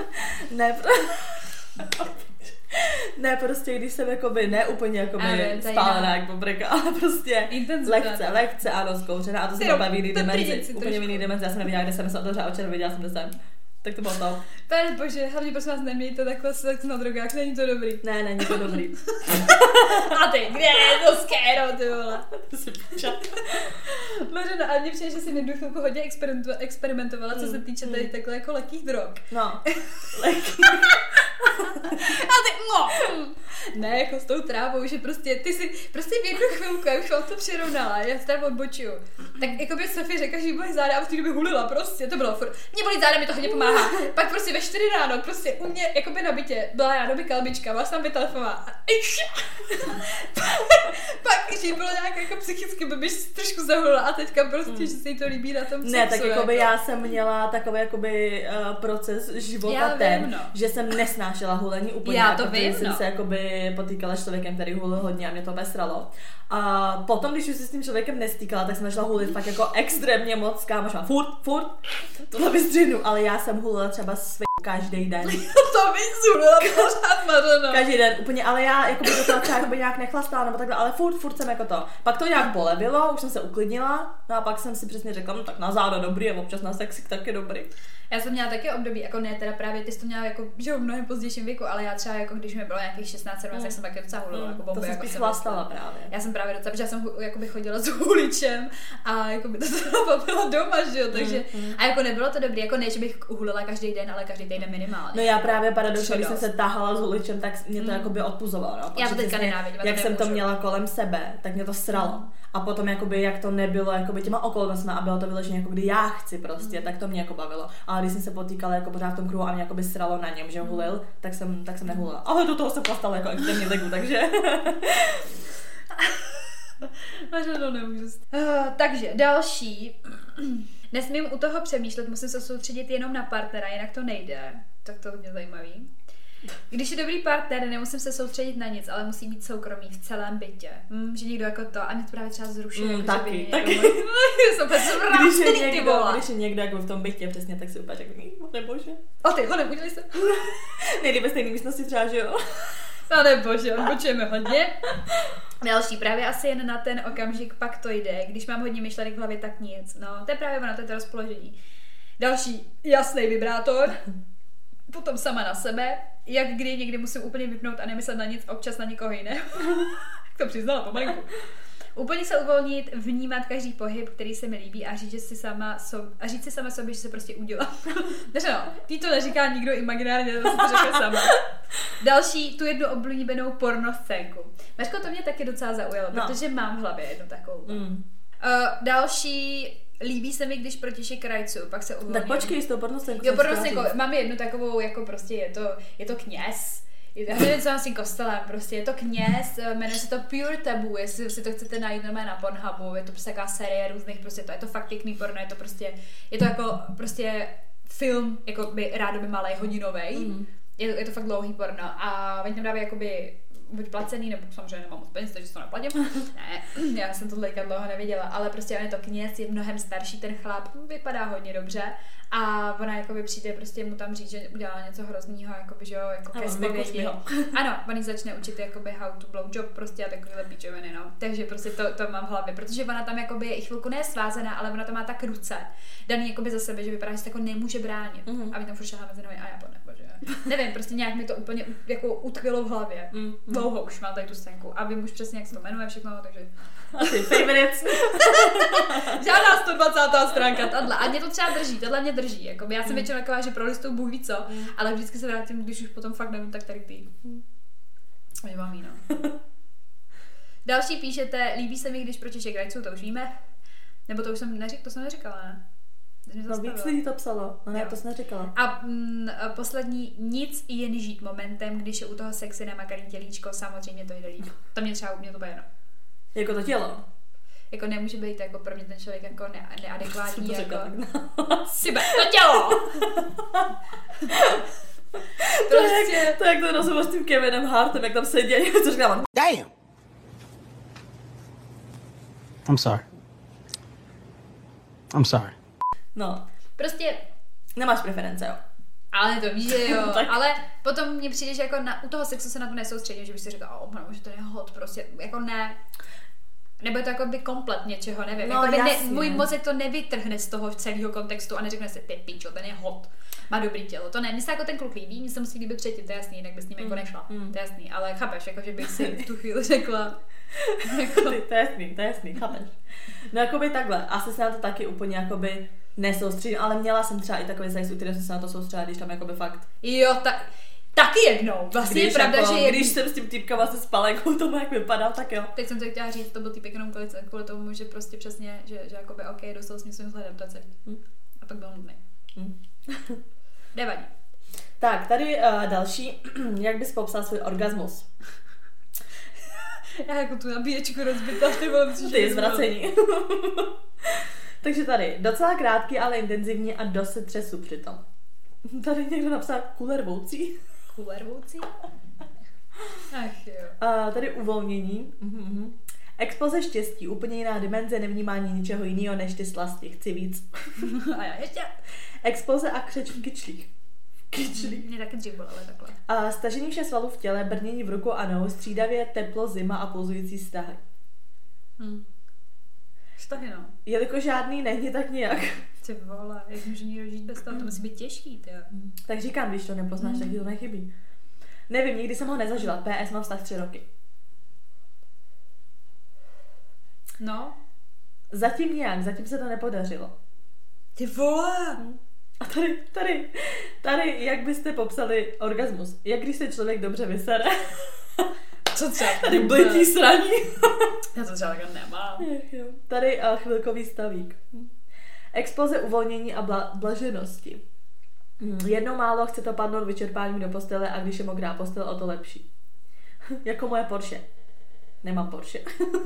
Ne, prostě když jsem jakoby, ne úplně jakoby spálená jak bobrika, ale prostě lehce, ano, zkouřená a to se baví v jiný dimenzi, úplně v jiný dimenzi, já jsem nevěděla, kde jsem se otevřela oči, viděla jsem, kde jsem. Tak to bylo to. Pane bože, hlavně prosím vás, nemějte takhle sex na drogách, není to dobrý. Ne, není to dobrý. A ty, kde je to skéro, ty vole? To si počat. Mařena, a mně přijde, že jsi mi chvilku hodně experimentovala, co se týče tady takhle jako lehkých drog. No, lehkých. A ty, Ne, jako s tou trávou, že prostě ty si, prostě v jednu chvilku, já už vám to přirovnala, já se tam odbočuju. Tak jako by Sofie řekla, že jí bolí záda a v té době hulila prostě, to bylo furt. Mě bolí záda, mi to hodně pomáhá. Pak prostě ve 4 ráno, prostě u mě, jako by na bytě, byla já doby kalbička, byla jsem vytelefovala a pak, že jí bylo nějak jako psychicky blbě, trošku zahulila a teďka prostě, že se jí to líbí na tom Ne, tak jako by já jsem měla takový jakoby proces života že jsem nesnášela hulení úplně. Já to vím, jsem se jakoby potýkala s člověkem, který hulil hodně a mě to besralo. A potom, když už se s tím člověkem nestýkala, tak jsem začala hulit fakt jako extrémně moc, kámoš má furt, tohle vystřihnu, ale já jsem hulila třeba každý den. To bys hulila pořád, Mařeno. Každý den, úplně, ale já jako by to třeba jakoby nějak nechlastala, nebo takhle, ale furt jsem jako to. Pak to nějak polevilo, už jsem se uklidnila, no a pak jsem si přesně řekla, no tak na záda dobrý a občas na sexy taky dobrý. Já jsem měla taky období, jako ne, teda právě ty jsi to měla jako, že v mnohem pozdějším věku, ale já třeba jako když mi bylo nějakých 16-17, tak jsem taky docela hulila, jako bomby. To jako jsem chlastala právě. Já jsem právě docela, protože já jsem jakoby chodila s huličem a jakoby to byla doma, že jo, takže a jako nebylo to dobrý, jako ne, že bych hulila každý den, ale každý týden minimálně. No já právě paradoxně, když jsem se tahala s huličem, tak mě to jakoby odpuzovalo, no. Já to teďka nenávidím. Jak jsem to měla kolem sebe, tak mě to sralo. A potom jakoby, jak to nebylo jakoby těma okolnostmi a bylo to vyloženě jako kdy já chci prostě, tak to mě jako bavilo. Ale když jsem se potýkala jako pořád v tom kruhu a mě jakoby sralo na něm, že hulil, tak jsem nehulila. Ale do toho jsem plastala jako extrémně legu, takže... to nemůžu. Takže další. Nesmím u toho přemýšlet, musím se soustředit jenom na partnera, jinak to nejde. Tak to hodně zajímavý. Když je dobrý partner, nemusím se soustředit na nic, ale musí být soukromý v celém bytě. Že někdo jako to, a mě to právě třeba zrušuje. Taky. Když je někdo jako v tom bytě, přesně, tak si úplně řekne, nebože. O ty, ho nebudili se? Nejde ve stejné místnosti třeba, že jo? No nebože, odbočujeme hodně. Další, právě asi jen na ten okamžik, pak to jde. Když mám hodně myšlenek v hlavě, tak nic. No, to je právě ono, to je to rozpoložení. Další, jasný vibrátor. Potom sama na sebe, jak kdy někdy musím úplně vypnout a nemyslet na nic, občas na někoho jiného. To přiznala pomalinku. Úplně se uvolnit, vnímat každý pohyb, který se mi líbí a říct si sama sobě, že se prostě udělá. Takže no, ty to neříká nikdo imaginárně, to si to řekne sama. Další, tu jednu oblíbenou pornoscénku. Mařko, to mě taky docela zaujalo, protože mám v hlavě jednu takovou. Další, líbí se mi, když protiši krajcu, pak se uvolním. Tak počkej, s tou pornoscénkou. Jo, pornoscénku, mám jednu takovou, jako prostě je to kněz. Já nevím, co mám s tím kostelem, prostě je to kněz, jmenuje se to Pure Taboo, jestli si to chcete najít normálně na Pornhubu, je to prostě taková série různých, prostě je to fakt pěkný porno, je to jako prostě film, jako by rádoby malej, hodinovej, je to fakt dlouhý porno a oni tam dávají jakoby buď placený, nebo samozřejmě nemám moc peněz, takže to neplatím. Ne, já jsem to teďka dlouho neviděla, ale prostě on je to kněz, je mnohem starší ten chlap, vypadá hodně dobře a ona jakoby přijde prostě mu tam říct, že udělá něco hroznýho, jakoby, že jo, jako ke zpovědi. Ano, on jí začne učit jakoby how to blow job prostě a takovýhle píčoviny, no. Takže prostě to mám v hlavě, protože ona tam jakoby je i chvilku nesvázaná, ale ona tam má tak ruce daný jakoby za sebe, že vypadá, že se jako nemůže bránit. A my tam furt šáháme mezi nohy a já nevím, prostě nějak mi to úplně jako utkvělo v hlavě. Dlouho už mám tady tu scénku a vím už přesně, jak se to jmenuje všechno, takže... Asi favorites. Žádná 120. stránka, tato. A mě to třeba drží, tohle mě drží. Jako já jsem většinou taková, že prolistuju Bůh ví co, ale vždycky se vrátím, když už potom fakt nevím, tak tady ty. Že mám víno. Další píšete, líbí se mi, když protiši krajců, to už víme. Nebo to už jsem neříkala, ne? No víc lidí to psalo, no ne, to jsem neříkala. A poslední, nic, jen žít momentem, když je u toho sexy namakaný tělíčko, samozřejmě to jde líp. To mě třeba úplně to bude, no. Jako to tělo? Jako nemůže být jako pro mě ten člověk jako neadekvátní, jako... Sibe, to tělo! Prostě... To je jak to rozhovor s tím Kevinem Hartem, jak tam seděli, co říkám. Damn! I'm sorry. No. Prostě... Nemáš preference, jo? Ale to víš, že jo. Ale potom mně přijde, že jako u toho sexu se na to nesoustředím, že bych si řekla, že to je hot, prostě, jako ne. Nebo je to jako by komplet něčeho, nevím. No, jako můj mozek to nevytrhne z toho celého kontextu a neřekne si, ty pičo, ten je hot, má dobrý tělo. To ne, mně se jako ten kluk líbí, mně se musí líbit předtím, to je jasný, jinak by s ním jako nešla. To je jasný, ale chápeš, jako že bych si v tu chvíli řekla. Jako... To je jasný, chápeš. No jakoby takhle, asi se na to taky úplně jakoby nesoustředím, ale měla jsem třeba i takový sex, u kterého jsem se na to soustředila, když tam jakoby fakt... Jo, tak... Taky jednou. Vlastně je pravda, jako, že když jsem s tím týpkem vlastně spala, jako tomu jak vypadal, tak jo. Teď jsem to chtěla říct, to byl týpek jenom kvůli tomu, že prostě přesně, že jakoby OK, dostal jsem svým vzhledem adaptaci. A pak byl nudný. Nevadí. Tak, tady další, jak bys popsal svůj orgasmus? Já jako tu nabíječku rozbitá, ty je zvracení. Takže tady, docela krátký, ale intenzivní a dost se třesu přitom. Tady někdo napsal kulervoucí. Kulervoucí? Ach jo. Tady uvolnění. Exploze štěstí, úplně jiná dimenze, nevnímání ničeho jiného než ty slasti. Chci víc. A já ještě. Exploze a křeč v kyčlích. Mě taky dřív bylo, ale takhle. Stažení všech svalů v těle, brnění v ruku a nohu, střídavě teplo, zima a pulzující vztahy. Vztahy, no. Jelikož žádný není, tak nějak. Ty vole, jak může někdo žít bez toho? To musí být těžký, ty. Tak říkám, když to nepoznáš, tak ti to nechybí. Nevím, nikdy jsem ho nezažila. PS mám vztah 3 roky. No. Zatím nějak, zatím se to nepodařilo. Ty vole! A tady, jak byste popsali orgasmus? Jak když se člověk dobře vysere? Co třeba? Tady blití sraní. Já to třeba takhle nemám. Tady chvilkový stavík. Exploze uvolnění a blaženosti. Jednou málo chce to padnout vyčerpáním do postele a když je mokrá postel, o to lepší. Jako moje Porsche. Nemám Porsche.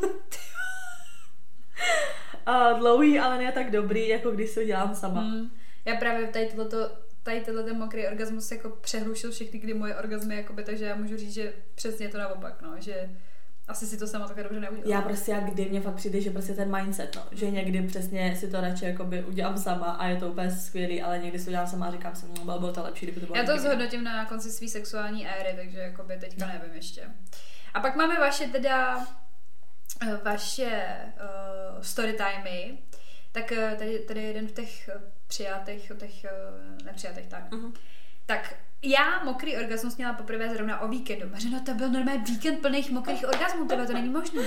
Dlouhý, ale ne tak dobrý, jako když se dělám sama. Já právě tady tenhle mokrý orgasmus jako přehlušil všechny, kdy moje orgasmy, jakoby, takže já můžu říct, že přesně je to naopak, no, že asi si to sama takhle dobře neudělám. Já prostě, jak kdy mě fakt přijde, že prostě ten mindset, no, že někdy přesně si to radši jakoby udělám sama a je to úplně skvělý, ale někdy si to dělám sama a říkám si, bylo to lepší, kdyby to bylo. Já to zhodnotím na konci své sexuální éry, takže jakoby teďka nevím ještě. A pak máme vaše storytimey, tak tady jeden v těch přijatých, nepřijatých, tak. Tak já mokrý orgasmus měla poprvé zrovna o víkendu. Mařeno, to byl normální víkend plných mokrých orgasmů, tebe to není možné.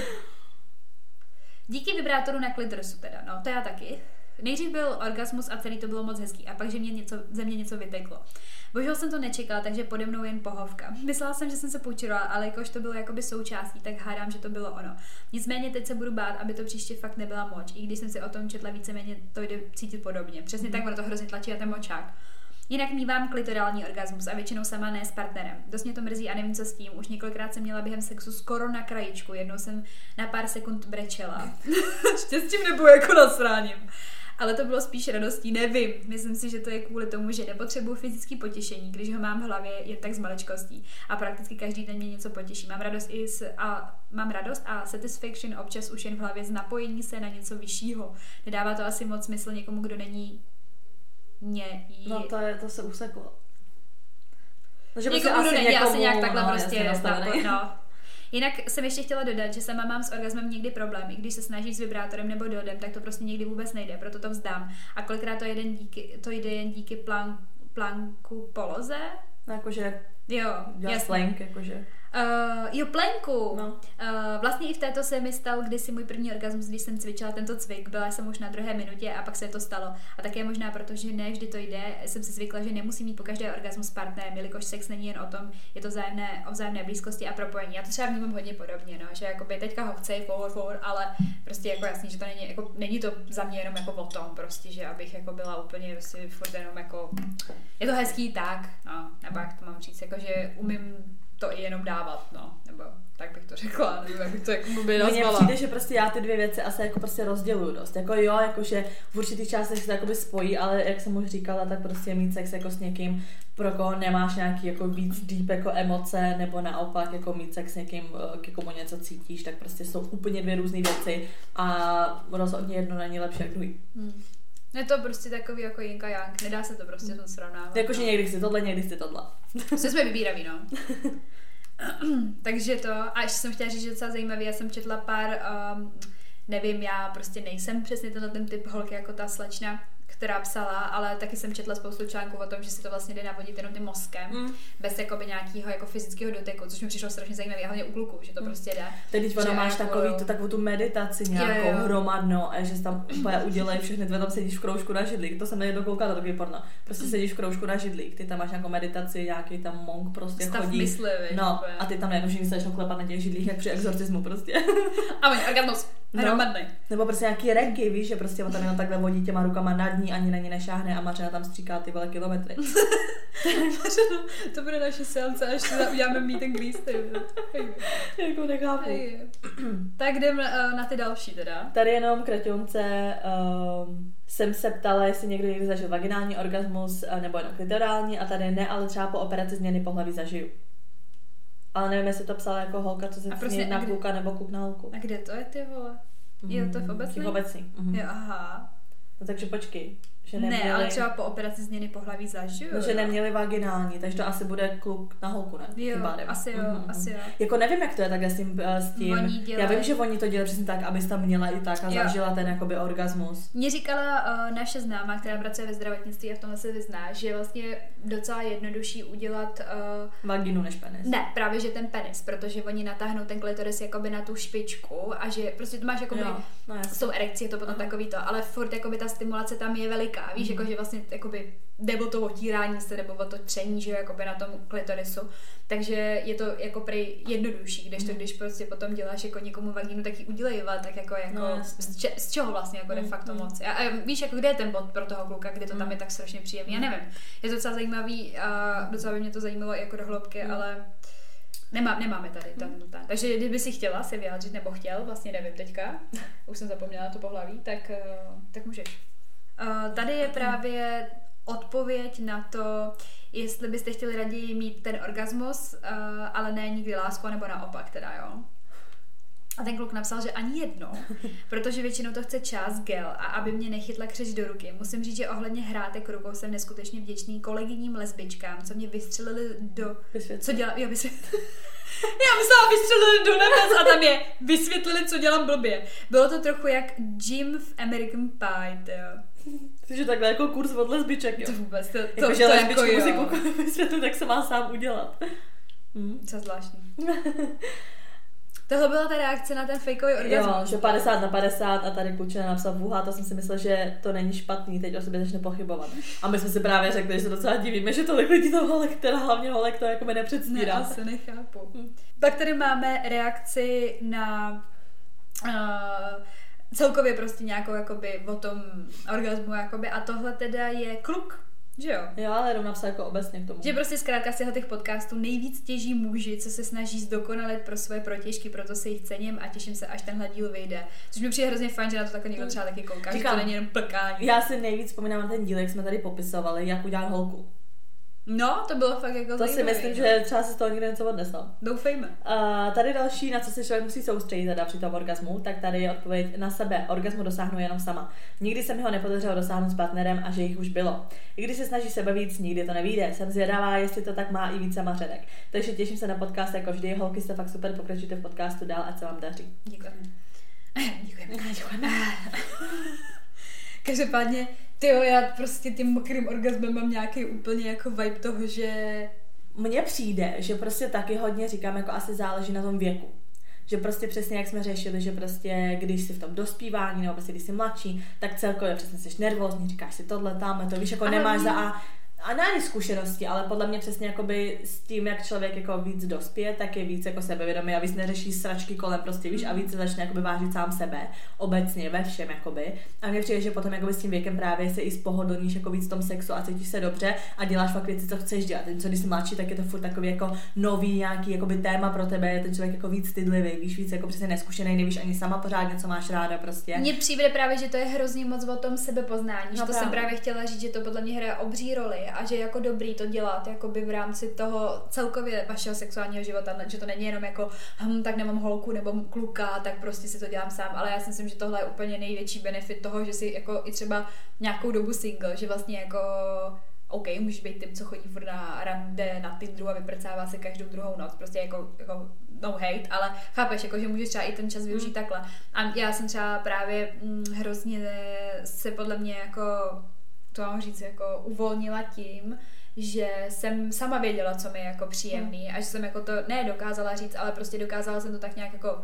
Díky vibrátoru na klitorisu teda, no to já taky. Nejdřív byl orgasmus a celý to bylo moc hezký a pak, že ze mě něco vyteklo. Bohužel jsem to nečekala, takže pode mnou jen pohovka. Myslela jsem, že jsem se počurala, ale jakož to bylo jakoby součástí, tak hádám, že to bylo ono. Nicméně teď se budu bát, aby to příště fakt nebyla moč. I když jsem si o tom četla víceméně, to jde cítit podobně. Přesně tak, ono to hrozně tlačí a ten močák. Jinak mívám klitorální orgasmus a většinou sama ne s partnerem. Dost mě to mrzí a nevím, co s tím. Už několikrát jsem měla během sexu skoro na krajičku. Jednou jsem na pár sekund brečela. Štěstím nebo jako nasráním. Ale to bylo spíš radostí, nevím. Myslím si, že to je kvůli tomu, že nepotřebuji fyzické potěšení, když ho mám v hlavě jen tak z maličkostí. A prakticky každý den mě něco potěší. Mám radost a satisfaction občas už jen v hlavě z napojení se na něco vyššího. Nedává to asi moc smysl někomu, kdo není No to se useklo. No, že někomu, kdo není asi nějak takhle prostě no. Jinak jsem ještě chtěla dodat, že sama mám s orgasmem někdy problém. I když se snažíš s vibrátorem nebo dildem, tak to prostě někdy vůbec nejde, proto to vzdám. A kolikrát to jde jen díky planku poloze. No, jakože jo, jasný. Plank, jakože. Planku. No. Vlastně i v této se mi stal kdysi můj první orgasmus, když jsem cvičila tento cvik. Byla jsem už na 2. minutě a pak se to stalo. A také možná proto, že ne vždy to jde. Jsem si zvykla, že nemusím mít po každé orgasmus s partnerem, jelikož sex není jen o tom, je to o vzájemné blízkosti a propojení. Já to třeba vnímám hodně podobně, no, že jakoby teďka ho chci forward, ale prostě jako jasný, že to není, jako, není to za mě jenom jako o tom, prostě, že abych jako byla úplně prostě furt jenom jako, je to hezký tak, no, nebo jak to mám říct, jako, že umím to i jenom dávat, no, nebo tak bych to řekla, nebo jak bych to jako by nazvala. Mně přijde, že prostě já ty dvě věci asi jako prostě rozděluju dost, jako jo, jakože v určitých částech se to jakoby spojí, ale jak jsem už říkala, tak prostě mít sex jako s někým, pro koho nemáš nějaký jako víc deep jako emoce, nebo naopak jako mít sex s někým, k komu něco cítíš, tak prostě jsou úplně dvě různé věci a rozhodně jedno není lepší jak druhý. Je to prostě takový jako yin a yang, nedá se to prostě srovnávat. Jakože někdy si tohle, někdy si tohle. Jsme vybíraví, no. Takže to, a ještě jsem chtěla říct, že docela zajímavý, já jsem četla pár, nevím, já prostě nejsem přesně ten typ holky jako ta slečna, která psala, ale taky jsem četla spoustu článků o tom, že se to vlastně jde navodit jenom tím mozkem, bez jakoby nějakého jako fyzického doteku, což mi přišlo strašně zajímavé, hlavně u kluků, že to prostě jde. Teď ono máš takovou tu meditaci nějakou hromadnou a že tam úplně udělají všechny, ty tam sedíš v kroužku na židlík, to jsem nejednou koukala do takový porno. Prostě sedíš v kroužku na židlík, ty tam máš nějakou meditaci, nějaký tam monk prostě stav chodí. Mysli, no a ty tam najednou všichni se začnou klepat na těch židlích, jak při exorcismu prostě. A oni orgasmus. Hromadnej. Nebo prostě nějaký reggae, víš, že prostě on tam jenom takhle vodí těma rukama nad ní, ani na ní nešáhne a Mařena tam stříká ty vole kilometry. To bude naše seance, až si uděláme meet and greet. Jako nechápu. Tak jdem na ty další teda. Tady jenom kraťonce jsem se ptala, jestli někdy zažil vaginální orgasmus nebo jenom klitorální a tady ne, ale třeba po operaci změny pohlaví zažiju. Ale nevím, jestli to psala jako holka, co se prostě na kluka nebo kluk na holku. A kde to je, ty vole? Je to v obecní? V obecní. Jo, aha. No takže počkej. Že neměli... Ne, ale třeba po operaci změny pohlaví zažiju. No, že neměli vaginální, takže to asi bude kluk na holku, ne? Jo, asi jo, asi jo. Jako nevím, jak to je takhle s tím. Já vím, že oni to dělají přesně tak, abys tam měla i tak a zažila ten jakoby orgasmus. Mně říkala naše známá, která pracuje ve zdravotnictví a v tomhle se vyzná, že je vlastně docela jednodušší udělat vaginu než penis. Ne, právě že ten penis, protože oni natáhnou ten klitoris jakoby na tu špičku a že prostě to máš jakoby s tou erekcí je to potom takový to, ale furt jakoby ta stimulace tam je veliká. Víš, jako, že vlastně jakoby jde o to otírání se nebo o to tření, že jo, jakoby na tom klitorisu. Takže je to jako prej jednodušší, když prostě potom děláš jako někomu vagínu, tak ji udělej, tak jako z čeho vlastně jako de facto moc. A víš, jako kde je ten bod pro toho kluka, kde to tam je tak strašně příjemný. Já nevím. Je to docela zajímavý a docela by mě to zajímalo jako do hloubky, ale nemáme tady ten. Takže kdyby si chtěla se vyjádřit nebo chtěl, vlastně nevím teďka, už jsem zapomněla to pohlaví, tak můžeš. Tady je právě odpověď na to, jestli byste chtěli raději mít ten orgasmus, ale ne nikdy lásku, nebo naopak teda, jo. A ten kluk napsal, že ani jedno, protože většinou to chce čas, gel a aby mě nechytla křeč do ruky. Musím říct, že ohledně hrátek rukou jsem neskutečně vděčný kolegyním lesbičkám, co mě vystřelili do... Co dělám? Jo, Já myslela, vystřelili do nebes a tam je vysvětlili, co dělám blbě. Bylo to trochu jak Jim v American Pie, jo. Že takhle jako kurz od lesbiček, jo. To vůbec, to že lesbičku jako musí vysvětlit, tak se má sám udělat. Co zvláštní. Tohle byla ta reakce na ten fejkový orgasmus. Jo, že 50/50 a tady klučina napsal vůha, to jsem si myslela, že to není špatný, teď o sobě začne pochybovat. A my jsme si právě řekli, že se docela divíme, že tolik lidí to holek, teda hlavně holek to jako nepředstírá. Ne, asi nechápu. Pak tady máme reakci na celkově prostě nějakou jakoby o tom orgasmu jakoby a tohle teda je kluk. Že jo? Jo, ale jenom napsal jako obecně k tomu. Že prostě zkrátka z těch podcastů nejvíc těží muži, co se snaží zdokonalit pro svoje protěžky, proto se jich cením a těším se, až tenhle díl vyjde. Což mi přijde hrozně fajn, že na to takhle někdo třeba taky kouká, že to není jenom plkání. Já si nejvíc vzpomínám na ten díl, jak jsme tady popisovali, jak udělat holku. No, to bylo fakt jako to si myslím, že třeba se z toho někdo něco odnesl. Doufejme. Tady další, na co se člověk musí soustředit teda při tom orgasmu, tak tady je odpověď na sebe. Orgasmu dosáhnu jenom sama. Nikdy jsem ho nepodařila dosáhnout s partnerem a že jich už bylo. I když se snaží sebe víc, nikdy to nevyjde. Jsem zvědavá, jestli to tak má i více Mařenek. Takže těším se na podcast jako vždy. Holky, jste fakt super, pokračujte v podcastu dál, ať se vám daří. Děkujeme. Každopádně, tyjo, já prostě tím mokrým orgasmem mám nějaký úplně jako vibe toho, že... Mně přijde, že prostě taky hodně říkám, jako asi záleží na tom věku. Že prostě přesně jak jsme řešili, že prostě když jsi v tom dospívání, nebo prostě když jsi mladší, tak celkově přesně jsi nervózní, říkáš si tohle, tam, to víš, jako nemáš a ne zkušenosti, ale podle mě přesně jakoby s tím, jak člověk jako víc dospěje, tak je víc jako sebevědomý a víc neřeší sračky kolem prostě, víš, a víc se začne jakoby vážit sám sebe, obecně ve všem jakoby. A mně přijde, že potom jakoby s tím věkem právě se i spohodlníš jako víc v tom sexu a cítíš se dobře a děláš fakt věci, co chceš dělat. Ten, co když jsi mladší, tak je to furt takový jako nový nějaký jakoby téma pro tebe, je ten člověk jako víc stydlivý, víš, víc jako přesně neskušený, nevíš ani sama pořádně, co máš ráda prostě. Mně přijde právě, že to je hrozně moc o tom sebepoznání, že to jsem právě chtěla říct, že to podle mě hraje obří roli a že jako dobrý to dělat jakoby v rámci toho celkově vašeho sexuálního života, že to není jenom jako tak nemám holku nebo kluka, tak prostě si to dělám sám, ale já si myslím, že tohle je úplně největší benefit toho, že si jako i třeba nějakou dobu single, že vlastně jako OK, můžeš být tím, co chodí furt na rande, na Tinderu a vyprcává se každou druhou noc, prostě jako no hate, ale chápeš, jako, že můžeš třeba i ten čas využít takhle. A já jsem třeba právě hrozně se podle mě jako to mám říct, jako uvolnila tím, že jsem sama věděla, co mi je jako příjemný a že jsem jako to dokázala říct, ale prostě dokázala jsem to tak nějak jako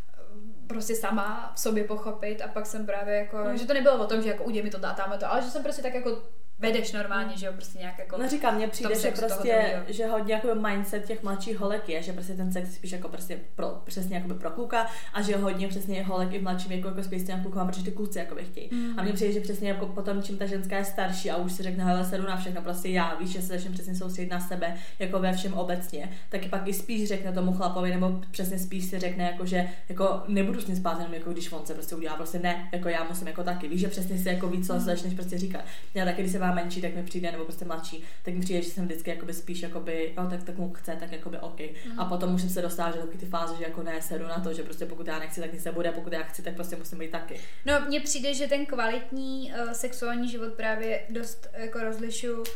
prostě sama v sobě pochopit a pak jsem právě jako, že to nebylo o tom, že jako uděj mi to, dáme to, ale že jsem prostě tak jako vedeš normálně, že jo, prostě nějak jako... No říkám, mně přijde, že prostě, že hodně jako mindset těch mladších holek je, že prostě ten sex spíš jako prostě přesně jako pro kluka a že hodně přesně holek i v mladším věku jako spíš s těm klukama, protože ty kluci jako chtějí. A mně přijde, že přesně jako potom, čím ta ženská je starší a už si řekne, hele, sedu na všechno, prostě já, víš, že se začne přesně soustředit na sebe, jako ve všem obecně, tak pak i spíš řekne tomu chlapovi, nebo přesně spíš si řekne, jako, že jako nebudu s ním spát, jenom jako když on se prostě udělá, prostě ne, jako já musím jako taky, víš, že přesně si jako víc začneš prostě říkat. Já taky, když se má menší, tak mi přijde, nebo prostě mladší, tak mi přijde, že jsem vždycky jakoby spíš jakoby, no tak mu chce, tak jakoby OK. A potom musím se dostat do ty fáze, že jako ne, sedu na to, že prostě pokud já nechci, tak nic nebude, pokud já chci, tak prostě musím být taky. No, mně přijde, že ten kvalitní sexuální život právě dost jako rozlišuju,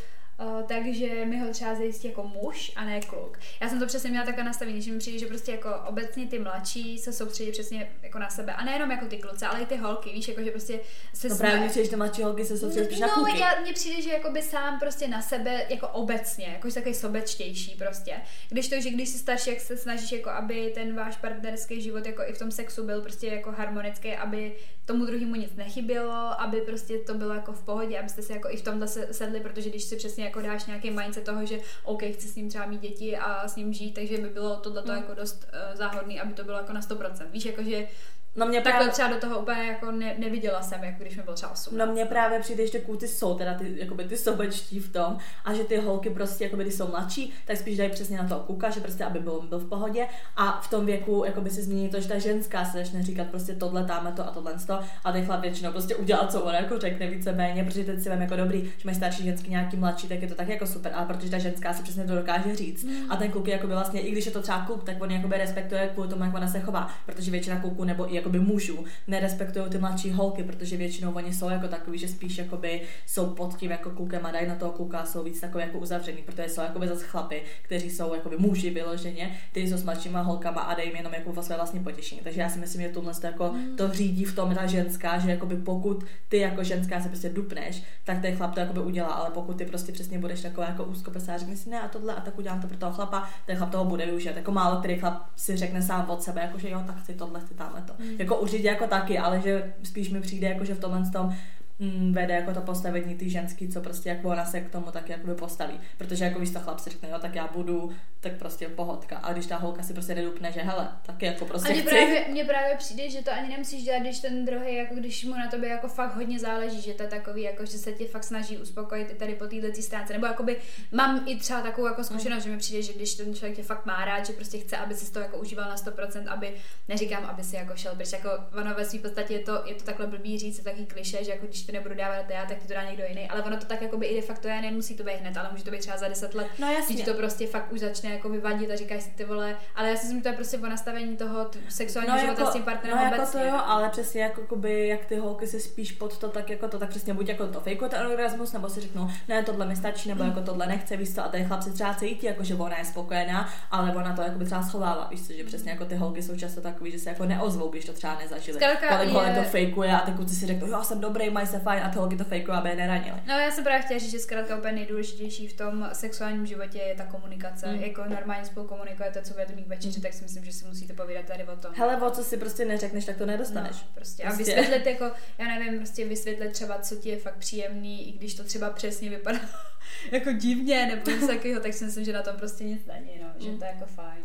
takže mi ho třeba zajistí jako muž a ne kluk. Já jsem to přesně měla takhle nastavený, že mi přijde, že prostě jako obecně ty mladší se soustředí přesně jako na sebe a nejenom jako ty kluci, ale i ty holky, víš, jako že prostě se právě mi přijde, že ty mladší holky se soustředí spíš na kluky. Mně přijde, že jakoby sám prostě na sebe jako obecně, jakože takový sobečtější prostě. Když to, že když jsi starší, jak se snažíš jako aby ten váš partnerský život jako i v tom sexu byl prostě jako harmonický, aby tomu druhému nic nechybělo, aby prostě to bylo jako v pohodě, abyste si jako i v tomhle sedli, protože když si přesně jako dáš nějaký mindset toho, že OK, chci s ním třeba mít děti a s ním žít, takže by bylo tohleto jako dost záhodný, aby to bylo jako na 100%. Víš, jakože no mě takhle právě třeba do toho úplně jako neviděla jsem, jako když mi bylo třeba 8. No mně právě přijde, že kluci jsou teda ty sobečtí v tom a že ty holky prostě jakoby, když jsou mladší, tak spíš dají přesně na toho kluka, že prostě aby byl v pohodě a v tom věku jakoby se změní to, že ta ženská se začne říkat prostě tohle, táme to a tohle a ten chlap většinou prostě udělá, co on jako řekne víceméně, protože teď si vem jako dobrý, že mají starší žensky nějaký mladší, tak je to tak jako super, ale protože ta ženská se přesně to dokáže říct a ten kluk je jakoby vlastně, i když je to třeba kluk, tak on jakoby respektuje kvůli tomu, jak ona se chová, protože většina kluků nebo i jakoby mužů nerespektují ty mladší holky, protože většinou oni jsou jako takový, že spíš jakoby jsou pod tím jako klukem a dají na toho kluka, jsou víc takový jako uzavřený, protože jsou jakoby zase chlapy, kteří jsou jakoby muži vyloženě, kteří jsou s mladšíma holkama a dají jim jenom jako své vlastní potěšení. Takže já si myslím, že tohle jako to řídí v tom ta ženská, že jakoby pokud ty jako ženská se prostě dupneš, tak ten chlap to jakoby udělá, ale pokud ty prostě přesně budeš taková jako úzkoprsá a řekneš si ne a tohle a tak udělám to pro toho chlapa, ten chlap toho bude využít. Jako málo který chlap si řekne sám od sebe, jako že jo, tak chci tohle, chci tamhle to. Jako určitě jako taky, ale že spíš mi přijde jako že v tomhle tom vede jako to postavení ty ženský, co prostě jako ona se k tomu taky jakoby postaví. Protože jako víš, to chlap si řekne, jo, tak já budu, tak prostě pohodka. A když ta holka si prostě nedupne, že hele, tak jako prostě mně právě přijde, že to ani nemusíš dělat, když ten druhý, jako když mu na tobě jako fakt hodně záleží, že to je takový, jako že se tě fakt snaží uspokojit i tady po této stránce. Nebo jakoby mám i třeba takovou jako zkušenost, že mi přijde, že když ten člověk tě fakt má rád, že prostě chce, aby si to jako užíval na 100%, aby neříkám, aby si jako šel, protože jako ono ve svým podstatě je to takhle blbý říct, je taky klišé, že jako když to nebudu dávat já, tak ti to dá někdo jiný, ale ono to tak jakoby i de facto je, nemusí to být hned, ale může to být třeba za 10 let, když to prostě fakt už začne jako vyvadit a říkáš si ty vole, ale já si myslím, že to je prostě o nastavení toho sexuálního života jako, s tím partnerem obecně. Jako to jo, ale přesně jakoby, jak ty holky si spíš pod to, tak jako to, tak přesně buď jako to fejkuje ten orgasmus, nebo si řeknou, ne, tohle mi stačí, nebo jako tohle nechce, víš co, a ten chlap si třeba cítí, jako že ona je spokojená, ale ona to jakoby třeba schovává, víš co, že přesně jako ty holky jsou často takový, že se jako neozvou, když to třeba nezažili. Kolik holek to fejkuje a ty kluci si řeknou, jo, jsem dobrý, mají se fajn a ty holky to fejkují, aby je neranili. No, já jsem právě chtěla říct, že zkrátka úplně nejdůležitější v tom sexuálním životě je ta komunikace. Jako normálně spolu komunikujete, co budete mít večeři, tak si myslím, že si musíte povídat tady o tom. Hele, o co si prostě neřekneš, tak to nedostaneš. No, prostě. A vysvětlit jako, já nevím, prostě vysvětlit třeba, co ti je fakt příjemný, i když to třeba přesně vypadá jako divně nebo něco takového, tak si myslím, že na tom prostě nic není, no, že to je jako fajn.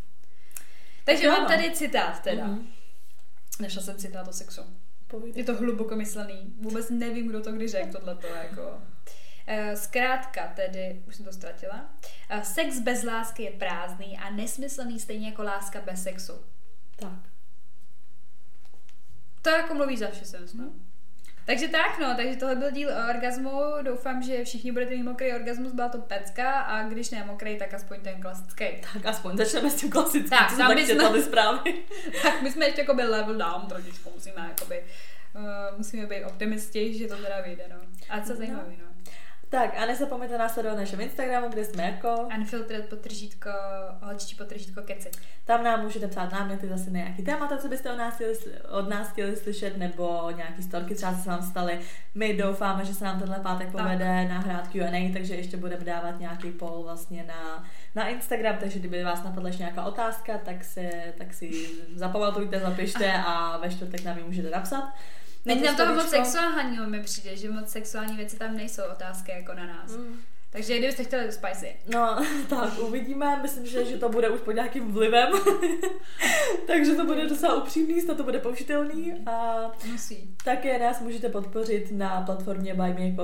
Takže mám tady citát teda. Našla jsem citát o sexu. Je to hluboko myslený. Vůbec nevím, kdo to kdy řekl tohleto. Jako. Zkrátka tedy, už jsem to ztratila, sex bez lásky je prázdný a nesmyslný stejně jako láska bez sexu. Tak. To jako mluví za vše, jsem myslím. Takže tak, no, takže tohle byl díl o orgazmu. Doufám, že všichni budete mít mokrý orgasmus, byla to pecka a když ne mokrý, tak aspoň ten klasický. Tak aspoň začneme s tím klasickým, tak, co jsme četali zprávy. Tak my jsme ještě jakoby level down trošičku, musíme jakoby, musíme být optimisti, že to teda vyjde, no. A co zajímavý, no. Tak a nezapomeňte následovat na našem Instagramu, kde jsme jako unfiltered_holčičí_keci. Tam nám můžete psát náměty zase na nějaký témata, co byste od nás chtěli slyšet, nebo nějaký storky, třeba se vám staly. My doufáme, že se nám tenhle pátek povede nahrát Q&A, takže ještě budeme dávat nějaký poll vlastně na Instagram, takže kdyby vás napadla ještě nějaká otázka, tak si zapamatujte, zapište a ve čtvrtek nám ji můžete napsat. Není tam toho moc sexuálního, mi přijde, že moc sexuální věci tam nejsou otázky jako na nás. Takže kdybyste chtěli to spicy. No, tak uvidíme. Myslím, že to bude už pod nějakým vlivem. Takže to bude docela upřímný, to bude použitelný. A musí. Také nás můžete podpořit na platformě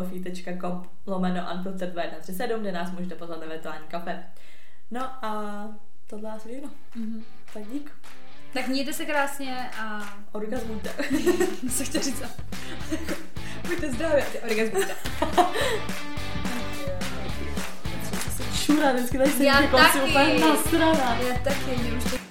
buymeacoffee.com/unfiltered2137, kde nás můžete pozvat na virtuální kafe. No a tohle asi všechno. Tak dík. Tak mějte se krásně a... Orgasmujte. Co chtěl říct? Buďte zdraví a ty orgasmujte. Šura, vždycky tady jsem konci úplně nasraná. Já taky, mě už to